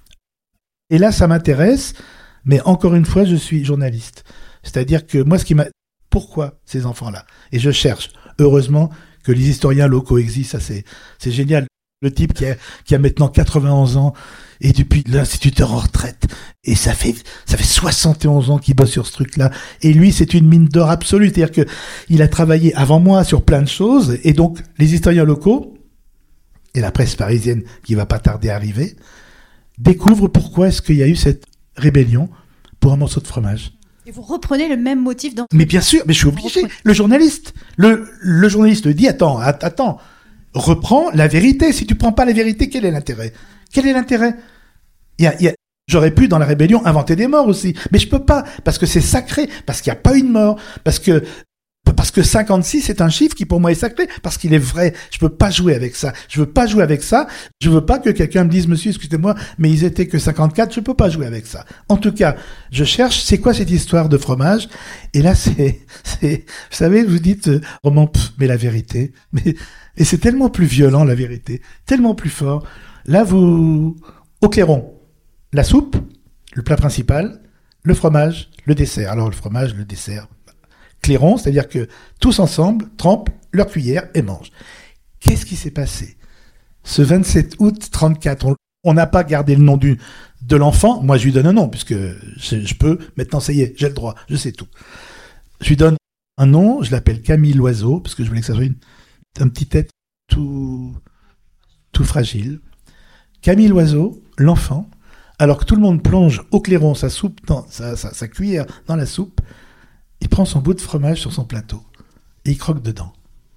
Et là, ça m'intéresse, mais encore une fois, je suis journaliste. C'est-à-dire que moi, ce qui m'a, pourquoi ces enfants-là? Et je cherche. Heureusement que les historiens locaux existent, ça c'est, c'est génial. Le type qui a, qui a maintenant quatre-vingt-onze ans et depuis l'instituteur en retraite. Et ça fait, ça fait soixante et onze ans qu'il bosse sur ce truc-là. Et lui, c'est une mine d'or absolue. C'est-à-dire que il a travaillé avant moi sur plein de choses. Et donc, les historiens locaux et la presse parisienne qui va pas tarder à arriver découvrent pourquoi est-ce qu'il y a eu cette rébellion pour un morceau de fromage. Et vous reprenez le même motif dans... Mais bien sûr, mais je suis obligé. Le journaliste, le, le journaliste dit, attends, attends, reprends la vérité. Si tu prends pas la vérité, quel est l'intérêt? Quel est l'intérêt? Il y a, il y a, j'aurais pu, dans la rébellion, inventer des morts aussi. Mais je peux pas, parce que c'est sacré, parce qu'il n'y a pas eu de mort, parce que, parce que cinquante-six, c'est un chiffre qui pour moi est sacré, parce qu'il est vrai. Je peux pas jouer avec ça. Je veux pas jouer avec ça. Je veux pas que quelqu'un me dise, monsieur, excusez-moi, mais ils étaient que cinquante-quatre, je peux pas jouer avec ça. En tout cas, je cherche, c'est quoi cette histoire de fromage? Et là, c'est, c'est, vous savez, vous dites, euh, roman, pff, mais la vérité, mais, et c'est tellement plus violent, la vérité, tellement plus fort. Là, vous, au clairon, la soupe, le plat principal, le fromage, le dessert. Alors, le fromage, le dessert, clairon, c'est-à-dire que tous ensemble trempent leur cuillère et mangent. Qu'est-ce qui s'est passé? Ce vingt-sept août trente-quatre, on n'a pas gardé le nom du, de l'enfant. Moi, je lui donne un nom, puisque je, je peux, maintenant, ça y est, j'ai le droit, je sais tout. Je lui donne un nom, je l'appelle Camille Loiseau, parce que je voulais que ça soit une, un petit tête tout, tout fragile. Camille Loiseau, l'enfant, alors que tout le monde plonge au clairon sa soupe, dans, sa, sa, sa cuillère dans la soupe, il prend son bout de fromage sur son plateau et il croque dedans.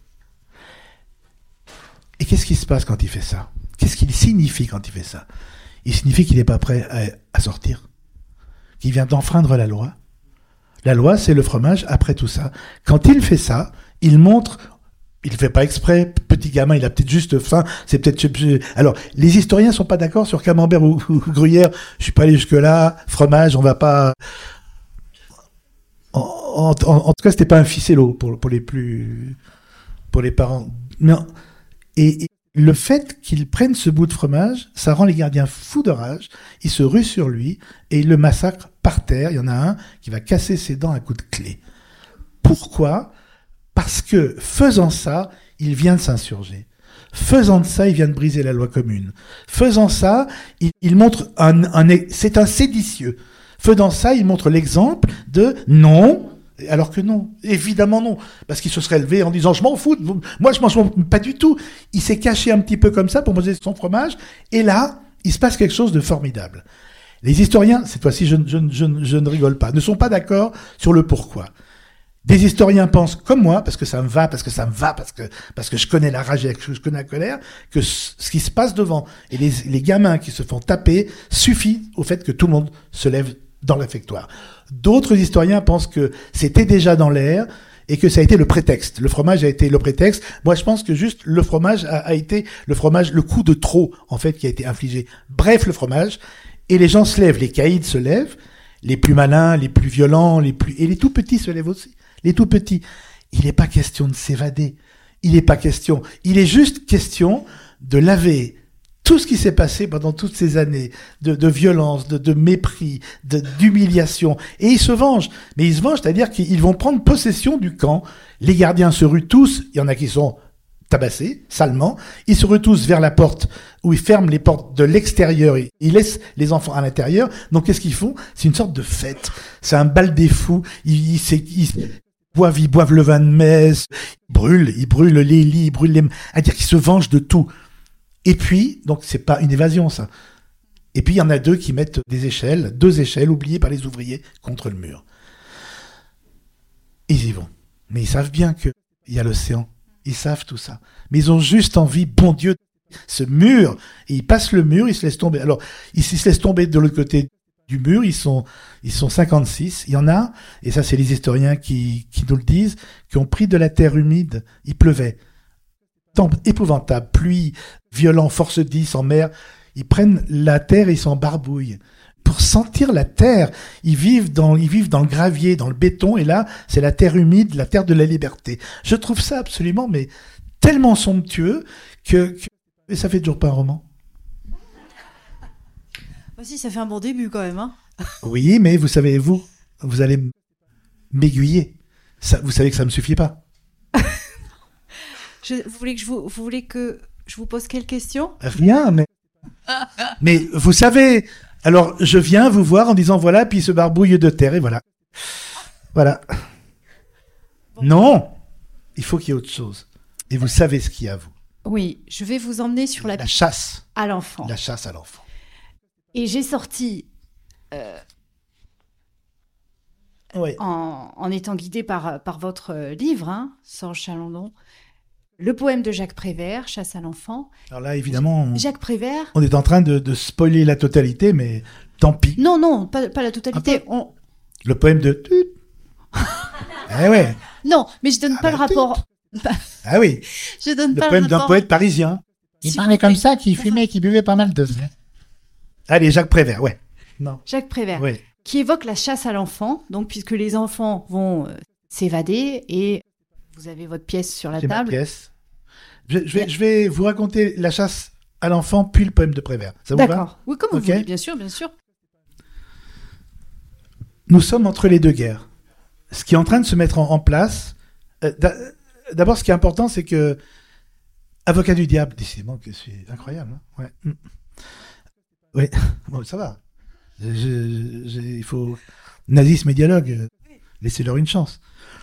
Et qu'est-ce qui se passe quand il fait ça? Qu'est-ce qu'il signifie quand il fait ça? Il signifie qu'il n'est pas prêt à, à sortir, qu'il vient d'enfreindre la loi. La loi, c'est le fromage après tout ça. Quand il fait ça, il montre... Il ne fait pas exprès, petit gamin, il a peut-être juste faim, c'est peut-être... Alors, les historiens sont pas d'accord sur camembert ou, ou gruyère, je suis pas allé jusque-là, fromage, on va pas... En, en, en, en tout cas, c'était pas un ficello pour, pour les plus... pour les parents. Non. Et, et le fait qu'ils prennent ce bout de fromage, ça rend les gardiens fous de rage, ils se ruent sur lui, et ils le massacrent par terre, il y en a un qui va casser ses dents à coups de clé. Pourquoi ? Parce que, faisant ça, il vient de s'insurger. Faisant ça, il vient de briser la loi commune. Faisant ça, il, il montre un, un... C'est un séditieux. Faisant ça, il montre l'exemple de non, alors que non, évidemment non. Parce qu'il se serait levé en disant « je m'en fous, moi je m'en fous pas du tout ». Il s'est caché un petit peu comme ça pour manger son fromage. Et là, il se passe quelque chose de formidable. Les historiens, cette fois-ci, je, je, je, je ne rigole pas, ne sont pas d'accord sur le pourquoi. Des historiens pensent comme moi, parce que ça me va, parce que ça me va, parce que, parce que je connais la rage et que je connais la colère, que ce, ce qui se passe devant et les, les gamins qui se font taper suffit au fait que tout le monde se lève dans le réfectoire. D'autres historiens pensent que c'était déjà dans l'air et que ça a été le prétexte. Le fromage a été le prétexte. Moi, je pense que juste le fromage a, a été le fromage, le coup de trop, en fait, qui a été infligé. Bref, le fromage. Et les gens se lèvent, les caïds se lèvent, les plus malins, les plus violents, les plus, et les tout petits se lèvent aussi. Les tout petits. Il n'est pas question de s'évader. Il n'est pas question. Il est juste question de laver tout ce qui s'est passé pendant toutes ces années de, de violence, de, de mépris, de, d'humiliation. Et ils se vengent. Mais ils se vengent, c'est-à-dire qu'ils vont prendre possession du camp. Les gardiens se ruent tous. Il y en a qui sont tabassés, salement. Ils se ruent tous vers la porte où ils ferment les portes de l'extérieur. Ils laissent les enfants à l'intérieur. Donc qu'est-ce qu'ils font? C'est une sorte de fête. C'est un bal des fous. Ils, ils, ils boivent, ils boivent le vin de messe. Ils brûlent, ils brûlent les lits, ils brûlent les... C'est-à-dire qu'ils se vengent de tout. Et puis, donc c'est pas une évasion ça. Et puis il y en a deux qui mettent des échelles, deux échelles oubliées par les ouvriers contre le mur. Ils y vont. Mais ils savent bien qu'il y a l'océan. Ils savent tout ça. Mais ils ont juste envie, bon Dieu, ce mur. Et ils passent le mur, ils se laissent tomber. Alors, ils se laissent tomber de l'autre côté du mur. Ils sont, ils sont cinquante-six. Il y en a, et ça c'est les historiens qui, qui nous le disent, qui ont pris de la terre humide. Il pleuvait. Temps épouvantable, pluie, violent, force dix en mer. Ils prennent la terre et ils s'en barbouillent. Pour sentir la terre, ils vivent dans, ils vivent dans le gravier, dans le béton, et là, c'est la terre humide, la terre de la liberté. Je trouve ça absolument, mais tellement somptueux que, que... Et ça fait toujours pas un roman. Aussi, ça fait un bon début quand même, hein. Oui, mais vous savez, vous, vous allez m'aiguiller. Ça, vous savez que ça me suffit pas. Je, vous voulez que je vous, vous voulez que je vous pose quelques questions? Rien, mais mais vous savez. Alors je viens vous voir en disant voilà, puis il se barbouille de terre et voilà, voilà. Bon. Non, il faut qu'il y ait autre chose. Et vous savez ce qu'il y a, vous. Oui, je vais vous emmener sur la, la chasse à l'enfant. La chasse à l'enfant. Et j'ai sorti. Euh... Oui. En, en étant guidée par, par votre livre, hein, Sorge Chalandon, le poème de Jacques Prévert, Chasse à l'enfant. Alors là, évidemment, on, Jacques Prévert. On est en train de, de spoiler la totalité, mais tant pis. Non, non, pas, pas la totalité. On... Le poème de... Eh ouais. Non, mais je donne ah pas bah, le rapport. Ah oui. Je donne le pas poème le d'un rapport... poète parisien. Il parlait comme ça, qui fumait, qui buvait pas mal de vin. Allez, Jacques Prévert, ouais. Non. Jacques Prévert. Oui. Qui évoque la chasse à l'enfant, donc puisque les enfants vont euh, s'évader et vous avez votre pièce sur la C'est table. Ma pièce. Je, je, vais, je vais vous raconter la chasse à l'enfant puis le poème de Prévert. Ça vous va ? D'accord. Oui, comme okay. vous voulez, bien sûr, bien sûr. Nous sommes entre les deux guerres. Ce qui est en train de se mettre en, en place. Euh, d'abord, ce qui est important, c'est que avocat du diable, décidément que c'est incroyable. Hein ouais. Mm. Oui. Bon, ça va. Je, je, il faut nazisme et dialogue, laissez-leur une chance.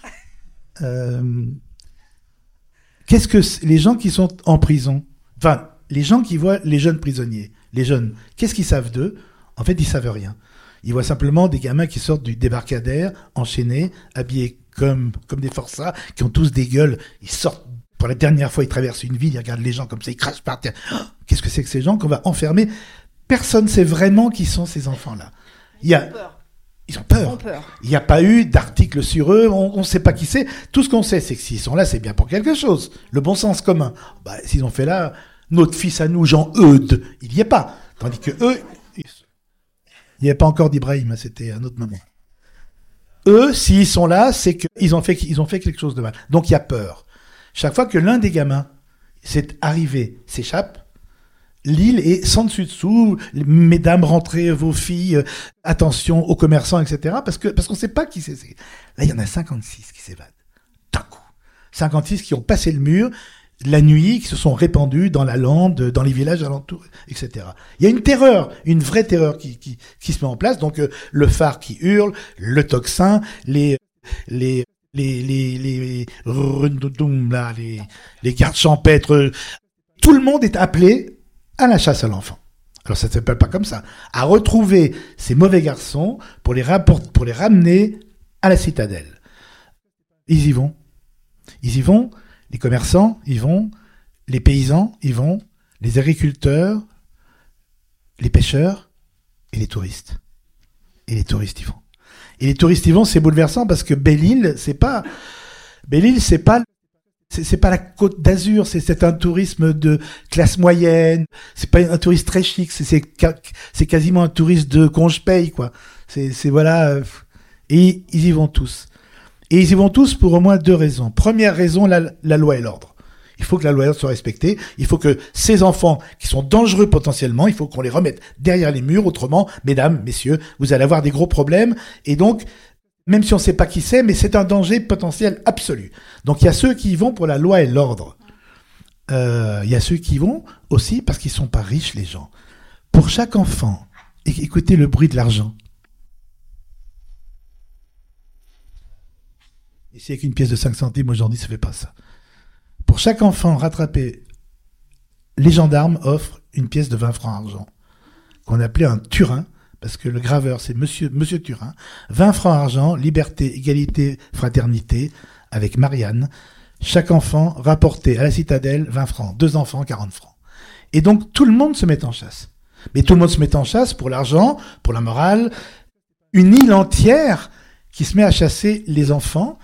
Euh, qu'est-ce que les gens qui sont en prison, enfin les gens qui voient les jeunes prisonniers, les jeunes, qu'est-ce qu'ils savent d'eux? En fait, ils savent rien. Ils voient simplement des gamins qui sortent du débarcadère, enchaînés, habillés comme comme des forçats, qui ont tous des gueules. Ils sortent pour la dernière fois, ils traversent une ville, ils regardent les gens comme ça, ils crachent par terre. Oh, qu'est-ce que c'est que ces gens qu'on va enfermer? Personne ne sait vraiment qui sont ces enfants-là. Il y a, ils ont peur. Ils ont peur. Il n'y a pas eu d'article sur eux, on ne sait pas qui c'est. Tout ce qu'on sait, c'est que s'ils sont là, c'est bien pour quelque chose. Le bon sens commun. Bah, s'ils ont fait là, notre fils à nous, Jean-Eudes, il n'y est pas. Tandis que eux, il n'y avait pas encore d'Ibrahim, c'était un autre moment. Eux, s'ils sont là, c'est qu'ils ont fait, ils ont fait quelque chose de mal. Donc il y a peur. Chaque fois que l'un des gamins s'est arrivé, s'échappe, l'île est sans dessus-dessous, mesdames, rentrez vos filles, euh, attention aux commerçants, et cetera. Parce que parce qu'on ne sait pas qui c'est. Là, il y en a cinquante-six qui s'évadent. D'un coup. cinquante-six qui ont passé le mur la nuit, qui se sont répandus dans la lande, dans les villages alentours, et cetera. Il y a une terreur, une vraie terreur qui, qui, qui se met en place. Donc, euh, le phare qui hurle, le tocsin, les... les les les les là, les, les gardes champêtres, euh, tout le monde est appelé à la chasse à l'enfant. Alors ça ne s'appelle pas comme ça. À retrouver ces mauvais garçons pour les, rapport- pour les ramener à la citadelle. Ils y vont. Ils y vont. Les commerçants y vont. Les paysans y vont. Les agriculteurs, les pêcheurs et les touristes. Et les touristes y vont. Et les touristes y vont, c'est bouleversant parce que Belle-Île, c'est pas, Belle-Île, c'est pas, c'est, c'est pas la Côte d'Azur, c'est, c'est un tourisme de classe moyenne. C'est pas un touriste très chic, c'est, c'est, c'est quasiment un touriste de conge-paye, quoi. C'est, c'est voilà. Et ils y vont tous. Et ils y vont tous pour au moins deux raisons. Première raison, la, la loi et l'ordre. Il faut que la loi et l'ordre soient respectés. Il faut que ces enfants qui sont dangereux potentiellement, il faut qu'on les remette derrière les murs. Autrement, mesdames, messieurs, vous allez avoir des gros problèmes. Et donc, même si on ne sait pas qui c'est, mais c'est un danger potentiel absolu. Donc, il y a ceux qui y vont pour la loi et l'ordre. Euh, il y a ceux qui y vont aussi parce qu'ils ne sont pas riches, les gens. Pour chaque enfant, écoutez le bruit de l'argent. Ici, avec une pièce de cinq centimes, aujourd'hui, ça ne fait pas ça. Pour chaque enfant rattrapé, les gendarmes offrent une pièce de vingt francs argent, qu'on appelait un Turin, parce que le graveur, c'est Monsieur, Monsieur Turin. vingt francs argent, liberté, égalité, fraternité, avec Marianne. Chaque enfant rapporté à la citadelle, vingt francs. Deux enfants, quarante francs. Et donc, tout le monde se met en chasse. Mais tout le monde se met en chasse pour l'argent, pour la morale. Une île entière qui se met à chasser les enfants,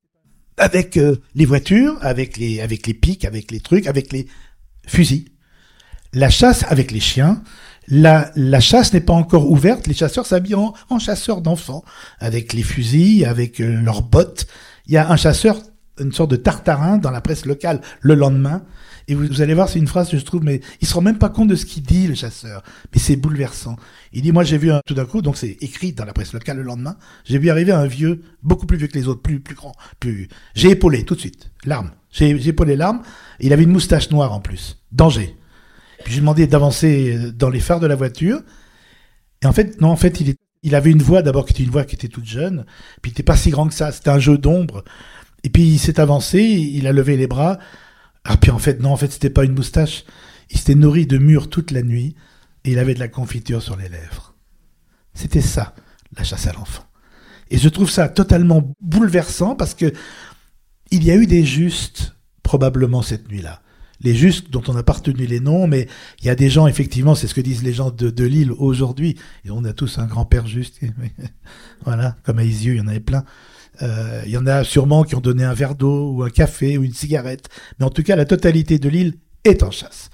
avec euh, les voitures, avec les, avec les pics, avec les trucs, avec les fusils. La chasse avec les chiens. La, la chasse n'est pas encore ouverte. Les chasseurs s'habillent en, en chasseurs d'enfants, avec les fusils, avec euh, leurs bottes. Il y a un chasseur, une sorte de tartarin dans la presse locale le lendemain. Et vous, vous allez voir, c'est une phrase que je trouve, mais il se rend même pas compte de ce qu'il dit, le chasseur. Mais c'est bouleversant. Il dit, moi j'ai vu un, tout d'un coup, donc c'est écrit dans la presse locale le lendemain, j'ai vu arriver un vieux, beaucoup plus vieux que les autres, plus, plus grand, plus, j'ai épaulé tout de suite, l'arme. J'ai, j'ai épaulé l'arme, il avait une moustache noire en plus. Danger. Puis j'ai demandé d'avancer dans les phares de la voiture. Et en fait, non, en fait, il, est, il avait une voix, d'abord qui était une voix qui était toute jeune, puis il était pas si grand que ça, c'était un jeu d'ombre. Et puis il s'est avancé, il a levé les bras. Ah, puis en fait, non, en fait, c'était pas une moustache. Il s'était nourri de mûres toute la nuit et il avait de la confiture sur les lèvres. C'était ça, la chasse à l'enfant. Et je trouve ça totalement bouleversant parce que il y a eu des justes, probablement cette nuit-là. Les justes dont on n'a pas retenu les noms, mais il y a des gens, effectivement, c'est ce que disent les gens de, de l'île aujourd'hui. Et on a tous un grand-père juste. Voilà, comme à Isieux, il y en avait plein. Euh, il y en a sûrement qui ont donné un verre d'eau ou un café ou une cigarette. Mais en tout cas, la totalité de l'île est en chasse.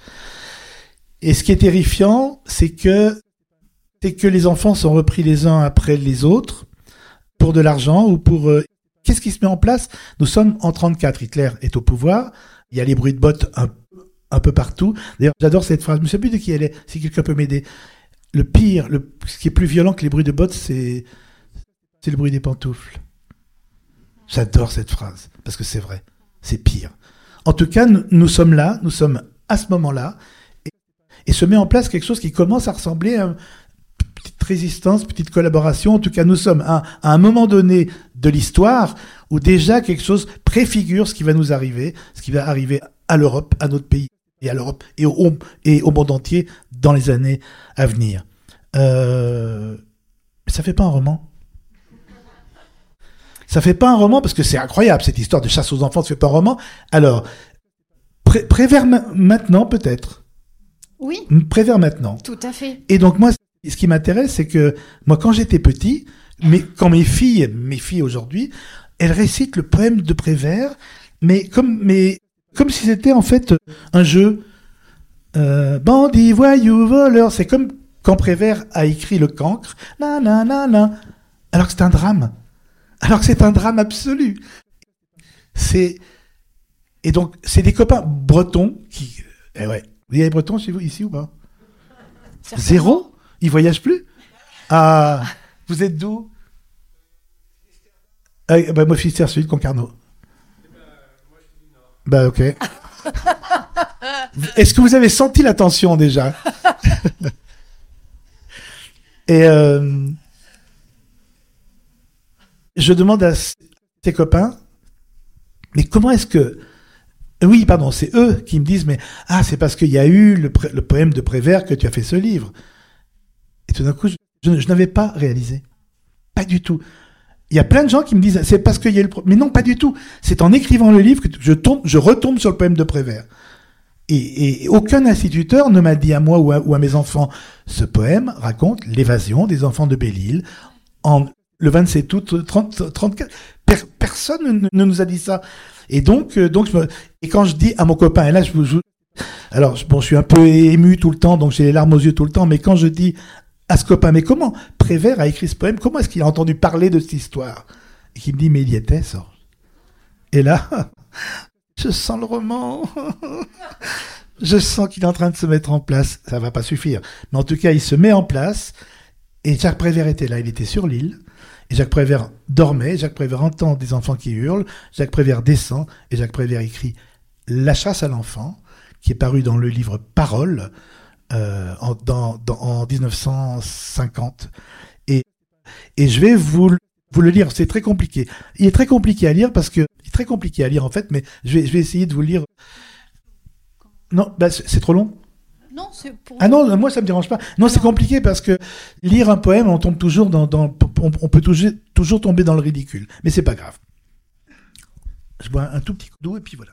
Et ce qui est terrifiant, c'est que, c'est que les enfants sont repris les uns après les autres pour de l'argent ou pour... Euh, qu'est-ce qui se met en place ? Nous sommes en trente-quatre, Hitler est au pouvoir. Il y a les bruits de bottes un, un peu partout. D'ailleurs, j'adore cette phrase. Je ne sais plus de qui elle est, si quelqu'un peut m'aider. Le pire, le, ce qui est plus violent que les bruits de bottes, c'est, c'est le bruit des pantoufles. J'adore cette phrase, parce que c'est vrai, c'est pire. En tout cas, nous, nous sommes là, nous sommes à ce moment-là, et, et se met en place quelque chose qui commence à ressembler à une petite résistance, petite collaboration. En tout cas, nous sommes à, à un moment donné de l'histoire où déjà quelque chose préfigure ce qui va nous arriver, ce qui va arriver à l'Europe, à notre pays, et à l'Europe, et au, et au monde entier dans les années à venir. Euh, ça fait pas un roman ? Ça fait pas un roman parce que c'est incroyable, cette histoire de chasse aux enfants, ça fait pas un roman. Alors, pré- Prévert ma- maintenant, peut-être. Oui. Prévert maintenant. Tout à fait. Et donc, moi, ce qui m'intéresse, c'est que, moi, quand j'étais petit, mais quand mes filles, mes filles aujourd'hui, elles récitent le poème de Prévert, mais comme, mais, comme si c'était, en fait, un jeu. Euh, bandit, voyou, voleur. C'est comme quand Prévert a écrit Le Cancre. Na, na, na, na. Alors que c'est un drame. Alors que c'est un drame absolu. C'est et donc c'est des copains bretons qui. Eh ouais. Vous y avez des bretons chez vous ici ou pas ? Zéro ? Ils voyagent plus ? Ah, vous êtes d'où ? ah, bah, moi, Finistère Sud, Concarneau. Bah ok. Est-ce que vous avez senti la tension déjà ? Et euh, je demande à ses copains, mais comment est-ce que... Oui, pardon, c'est eux qui me disent, mais ah, c'est parce qu'il y a eu le, pré... le poème de Prévert que tu as fait ce livre. Et tout d'un coup, je, je, je n'avais pas réalisé. Pas du tout. Il y a plein de gens qui me disent, c'est parce qu'il y a eu le... Mais non, pas du tout. C'est en écrivant le livre que je, tombe, je retombe sur le poème de Prévert. Et, et aucun instituteur ne m'a dit à moi ou à, ou à mes enfants, ce poème raconte l'évasion des enfants de Belle-Île en le vingt-sept août trente, trente-quatre. Per- personne ne, ne nous a dit ça. Et donc, euh, donc, je me, et quand je dis à mon copain, et là, je vous, je, alors, bon, je suis un peu ému tout le temps, donc j'ai les larmes aux yeux tout le temps, mais quand je dis à ce copain, mais comment Prévert a écrit ce poème, comment est-ce qu'il a entendu parler de cette histoire? Et qu'il me dit, mais il y était, ça. Et là, je sens le roman. Je sens qu'il est en train de se mettre en place. Ça va pas suffire. Mais en tout cas, il se met en place. Et Jacques Prévert était là. Il était sur l'île. Et Jacques Prévert dormait. Jacques Prévert entend des enfants qui hurlent. Jacques Prévert descend. Et Jacques Prévert écrit La chasse à l'enfant, qui est paru dans le livre Paroles, euh, en, dans, dans, en dix-neuf cent cinquante. Et, et je vais vous, vous le lire. C'est très compliqué. Il est très compliqué à lire parce que, il est très compliqué à lire en fait, mais je vais, je vais essayer de vous le lire. Non, bah, c'est, c'est trop long. Non, c'est pour... Ah non, moi ça me dérange pas. Non, c'est compliqué parce que lire un poème, on tombe toujours dans, dans on, on peut toujours, toujours tomber dans le ridicule. Mais c'est pas grave. Je bois un tout petit coup d'eau et puis voilà.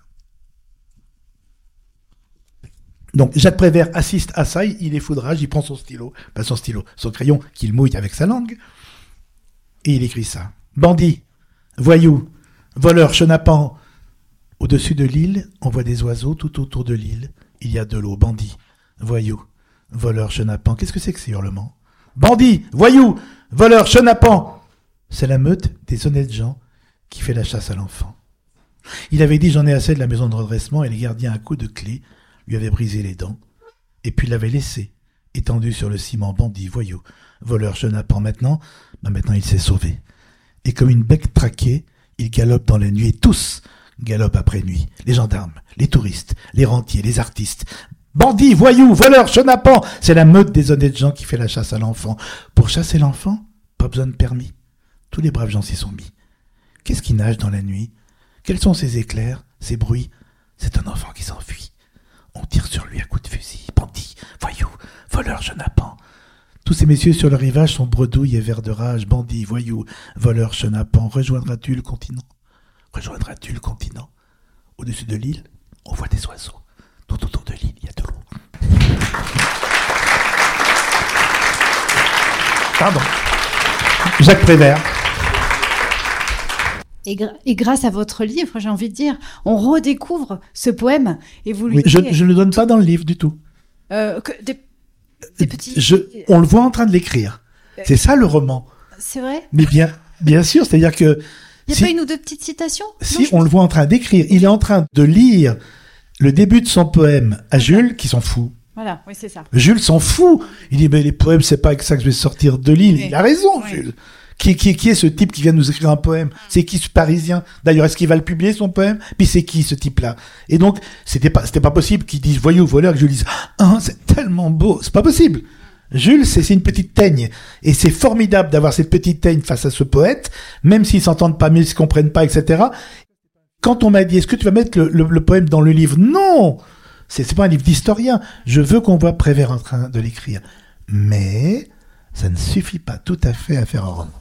Donc Jacques Prévert assiste à ça, il est foudrage, il prend son stylo, pas son stylo, son crayon qu'il mouille avec sa langue, et il écrit ça. Bandit, voyou, voleur, chenapan. Au-dessus de l'île, on voit des oiseaux tout autour de l'île. Il y a de l'eau. Bandit, voyou, voleur, chenapan. Qu'est-ce que c'est que ces hurlements? Bandit, voyou, voleur, chenapan. C'est la meute des honnêtes gens qui fait la chasse à l'enfant. Il avait dit j'en ai assez de la maison de redressement et les gardiens à coups de clé lui avaient brisé les dents. Et puis l'avaient laissé, étendu sur le ciment. Bandit, voyou, voleur, chenapan. Maintenant, ben maintenant il s'est sauvé. Et comme une bec traquée, il galope dans la nuit et tous galope après nuit, les gendarmes, les touristes, les rentiers, les artistes. Bandits, voyous, voleurs, chenapans, c'est la meute des honnêtes gens qui fait la chasse à l'enfant. Pour chasser l'enfant, pas besoin de permis. Tous les braves gens s'y sont mis. Qu'est-ce qui nage dans la nuit? Quels sont ces éclairs, ces bruits? C'est un enfant qui s'enfuit. On tire sur lui à coups de fusil. Bandits, voyous, voleurs, chenapans. Tous ces messieurs sur le rivage sont bredouilles et verts de rage. Bandits, voyous, voleurs, chenapans. Rejoindras-tu le continent? Rejoindras-tu le continent? Au-dessus de l'île, on voit des oiseaux. Tout autour de l'île, il y a de l'eau. Pardon. Jacques Prévert. Et, gra- et grâce à votre livre, j'ai envie de dire, on redécouvre ce poème et vous lui Oui, je dites, je ne le donne pas dans le livre du tout. euh, que des, des petits... Je, on le voit en train de l'écrire. C'est ça le roman. C'est vrai? Mais bien, bien sûr, c'est-à-dire que Il n'y a si, pas une ou deux petites citations? si Non, je- on le voit en train d'écrire, il est en train de lire le début de son poème à Jules, qui s'en fout. Voilà, oui, c'est ça. Jules s'en fout. Il dit, mais les poèmes, c'est pas avec ça que je vais sortir de l'île. Oui. Il a raison, Oui. Jules. Qui, qui, qui est ce type qui vient de nous écrire un poème? C'est qui ce Parisien? D'ailleurs, est-ce qu'il va le publier, son poème? Puis c'est qui, ce type-là? Et donc, c'était pas, c'était pas possible qu'il dise voyou, voleur, que je lui dise, ah, c'est tellement beau. C'est pas possible. Jules, c'est, c'est une petite teigne. Et c'est formidable d'avoir cette petite teigne face à ce poète, même s'ils s'entendent pas, même s'ils comprennent pas, et cetera. Quand on m'a dit, est-ce que tu vas mettre le, le, le poème dans le livre? Non! C'est, c'est pas un livre d'historien. Je veux qu'on voit Prévert en train de l'écrire. Mais, ça ne suffit pas tout à fait à faire un roman.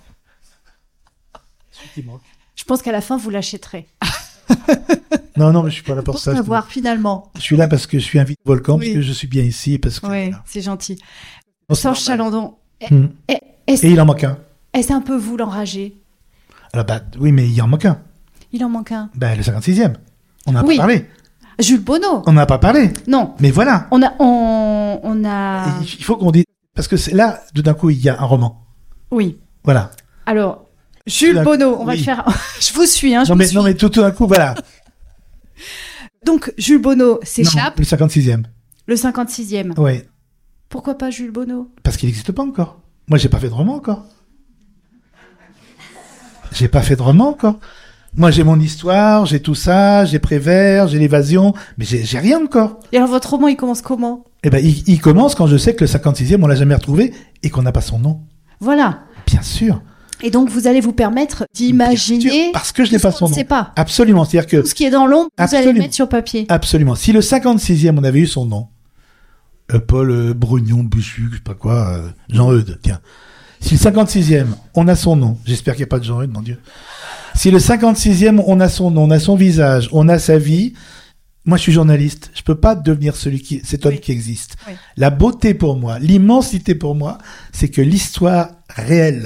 Je pense qu'à la fin, vous l'achèterez. Non, non, mais je suis pas là pour Pour ça. Je, savoir, finalement. je suis là parce que je suis invité au volcan, Oui. parce que je suis bien ici, et parce que. Oui, voilà. c'est gentil. Non, c'est Serge normal. Chalandon, Hmm. est- est-ce Et il en manque un. est-ce un peu vous l'enragé? Alors, bah, oui, mais il en manque un. Il en manque un. Ben, le cinquante-sixième. On n'a Oui. pas parlé. Jules Bonneau. On n'a pas parlé. Non, Mais voilà. on a, on, on a. Et il faut qu'on dise. Parce que c'est là, tout d'un coup, il y a un roman. Oui. Voilà. Alors, Jules Là- Bonneau, on va oui. le faire. Je vous suis, hein, je Non vous mais, suis. non, mais tout, tout d'un coup, voilà. Donc, Jules Bonneau Non, s'échappe, le cinquante-sixième. le cinquante-sixième. Oui. Pourquoi pas Jules Bonneau? Parce qu'il n'existe pas encore. Moi, j'ai pas fait de roman encore. J'ai pas fait de roman encore. Moi, j'ai mon histoire, j'ai tout ça, j'ai Prévert, j'ai l'évasion, mais j'ai, j'ai rien encore. Et alors, votre roman, il commence comment? Eh ben, il, il commence quand je sais que le cinquante-sixième, on l'a jamais retrouvé et qu'on n'a pas son nom. Voilà. Bien sûr. Et donc, vous allez vous permettre Bien sûr, d'imaginer parce que je n'ai tout ce pas qu'on son ne nom. sait pas. Absolument. C'est-à-dire que, Tout ce qui est dans l'ombre, vous allez le Absolument. mettre sur papier. absolument. Si le cinquante-sixième, on avait eu son nom, euh, Paul euh, Brugnon, Buchu, je sais pas quoi, euh, Jean-Eudes, tiens. Si le cinquante-sixième, on a son nom, j'espère qu'il n'y a pas de Jean-Eudes, mon Dieu. Si le cinquante-sixième, on a son nom, on a son visage, on a sa vie, moi je suis journaliste, je peux pas devenir celui qui, cet homme Oui. qui existe. Oui. La beauté pour moi, l'immensité pour moi, c'est que l'histoire réelle,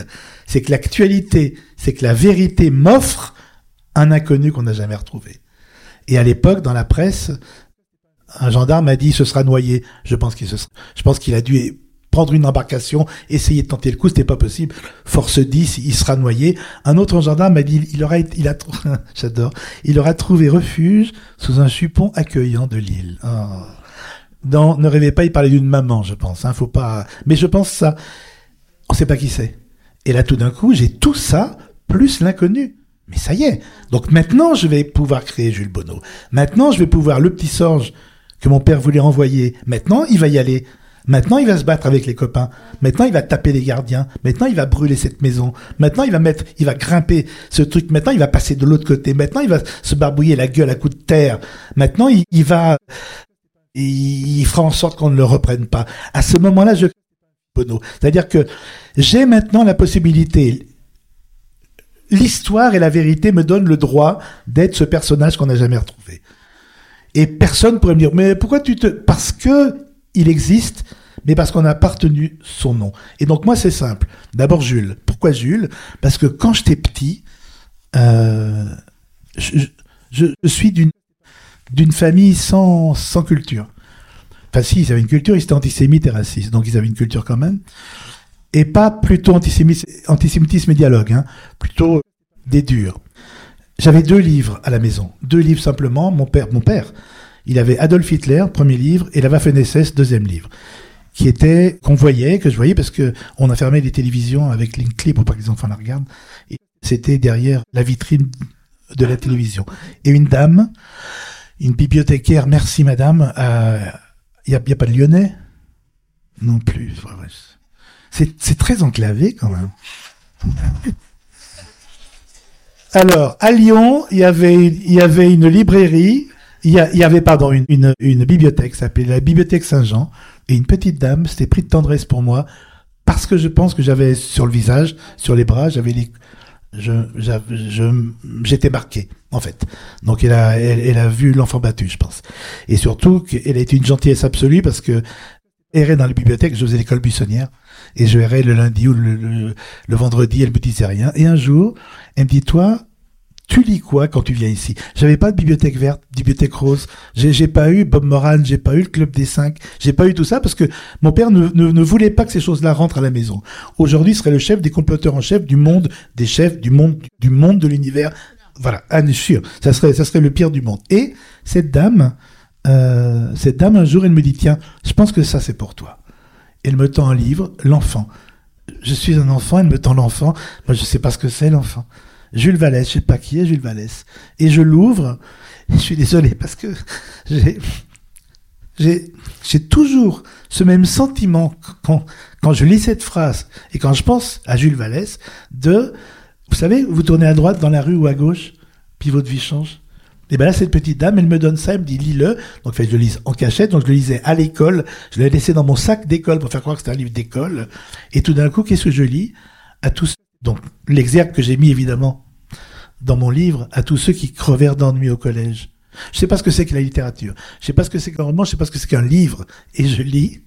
C'est que l'actualité, c'est que la vérité m'offre un inconnu qu'on n'a jamais retrouvé. Et à l'époque, dans la presse, un gendarme a dit, ce sera noyé. Je pense qu'il se sera... je pense qu'il a dû prendre une embarcation, essayer de tenter le coup, c'était pas possible. Force dix, il sera noyé. Un autre gendarme a dit, il aura, il a, j'adore, il aura trouvé refuge sous un jupon accueillant de l'île. Oh. Dans Ne rêvez pas, il parlait d'une maman, je pense. Hein, faut pas. Mais je pense ça. On sait pas qui c'est. Et là, tout d'un coup, j'ai tout ça plus l'inconnu. Mais ça y est. Donc maintenant, je vais pouvoir créer Jules Bonneau. Maintenant, je vais pouvoir le petit Sorge que mon père voulait renvoyer. Maintenant, il va y aller. Maintenant, il va se battre avec les copains. Maintenant, il va taper les gardiens. Maintenant, il va brûler cette maison. Maintenant, il va mettre, il va grimper ce truc. Maintenant, il va passer de l'autre côté. Maintenant, il va se barbouiller la gueule à coups de terre. Maintenant, il, il va, il, il fera en sorte qu'on ne le reprenne pas. À ce moment-là, je Bonneau. C'est-à-dire que j'ai maintenant la possibilité. L'histoire et la vérité me donnent le droit d'être ce personnage qu'on n'a jamais retrouvé. Et personne pourrait me dire, mais pourquoi tu te... Parce que il existe, mais parce qu'on n'a pas retenu son nom. Et donc moi, c'est simple. D'abord, Jules. Pourquoi Jules ? Parce que quand j'étais petit, euh, je, je, je suis d'une, d'une famille sans, sans culture. Enfin si, ils avaient une culture, ils étaient antisémites et racistes, donc ils avaient une culture quand même. Et pas plutôt antisémitisme, antisémitisme et dialogue, hein, plutôt des durs. J'avais deux livres à la maison, deux livres simplement. Mon père, mon père, il avait Adolf Hitler, premier livre, et la Waffen S S, deuxième livre, qui était qu'on voyait, que je voyais parce que on a fermé les télévisions avec Linkly pour pas que les enfants la regardent. Et c'était derrière la vitrine de la télévision. Et une dame, une bibliothécaire, merci madame. Il euh, y, y a pas de Lyonnais non plus. C'est, c'est très enclavé quand même. Alors, à Lyon, il y avait, il y avait une librairie, il y, a, il y avait, pardon, une, une, une bibliothèque, ça s'appelait la Bibliothèque Saint-Jean, et une petite dame s'était pris de tendresse pour moi, parce que je pense que j'avais sur le visage, sur les bras, j'avais les, je, j'avais, je, j'étais marqué, en fait. Donc, elle a, elle, elle a vu l'enfant battu, je pense. Et surtout, elle a été une gentillesse absolue, parce que, errait dans les bibliothèques, je faisais l'école buissonnière, et je errais le lundi ou le, le, le vendredi, elle me disait rien. Et un jour, elle me dit, toi, tu lis quoi quand tu viens ici ? J'avais pas de bibliothèque verte, bibliothèque rose, j'ai, j'ai pas eu Bob Moran, j'ai pas eu le Club des Cinq, j'ai pas eu tout ça parce que mon père ne, ne, ne voulait pas que ces choses-là rentrent à la maison. Aujourd'hui, il serait le chef des comploteurs en chef du monde, des chefs du monde, du monde de l'univers. Voilà, ah, je suis sûr, ça serait, ça serait le pire du monde. Et cette dame, euh, cette dame, un jour, elle me dit, tiens, je pense que ça, c'est pour toi. Elle me tend un livre, L'Enfant. Je suis un enfant, elle me tend l'enfant. Moi, je sais pas ce que c'est, l'enfant. Jules Vallès, je sais pas qui est Jules Vallès. Et je l'ouvre, et je suis désolé, parce que j'ai, j'ai, j'ai toujours ce même sentiment quand, quand je lis cette phrase, et quand je pense à Jules Vallès, de, vous savez, vous tournez à droite dans la rue ou à gauche, puis votre vie change. Et ben là, cette petite dame, elle me donne ça, elle me dit, lis-le. Donc, je le lise en cachette, donc je le lisais à l'école. Je l'ai laissé dans mon sac d'école pour faire croire que c'était un livre d'école. Et tout d'un coup, qu'est-ce que je lis ? À tous, donc, l'exergue que j'ai mis, évidemment, dans mon livre, à tous ceux qui crevèrent d'ennui au collège. Je sais pas ce que c'est que la littérature. Je sais pas ce que c'est qu'un roman, je sais pas ce que c'est qu'un livre. Et je lis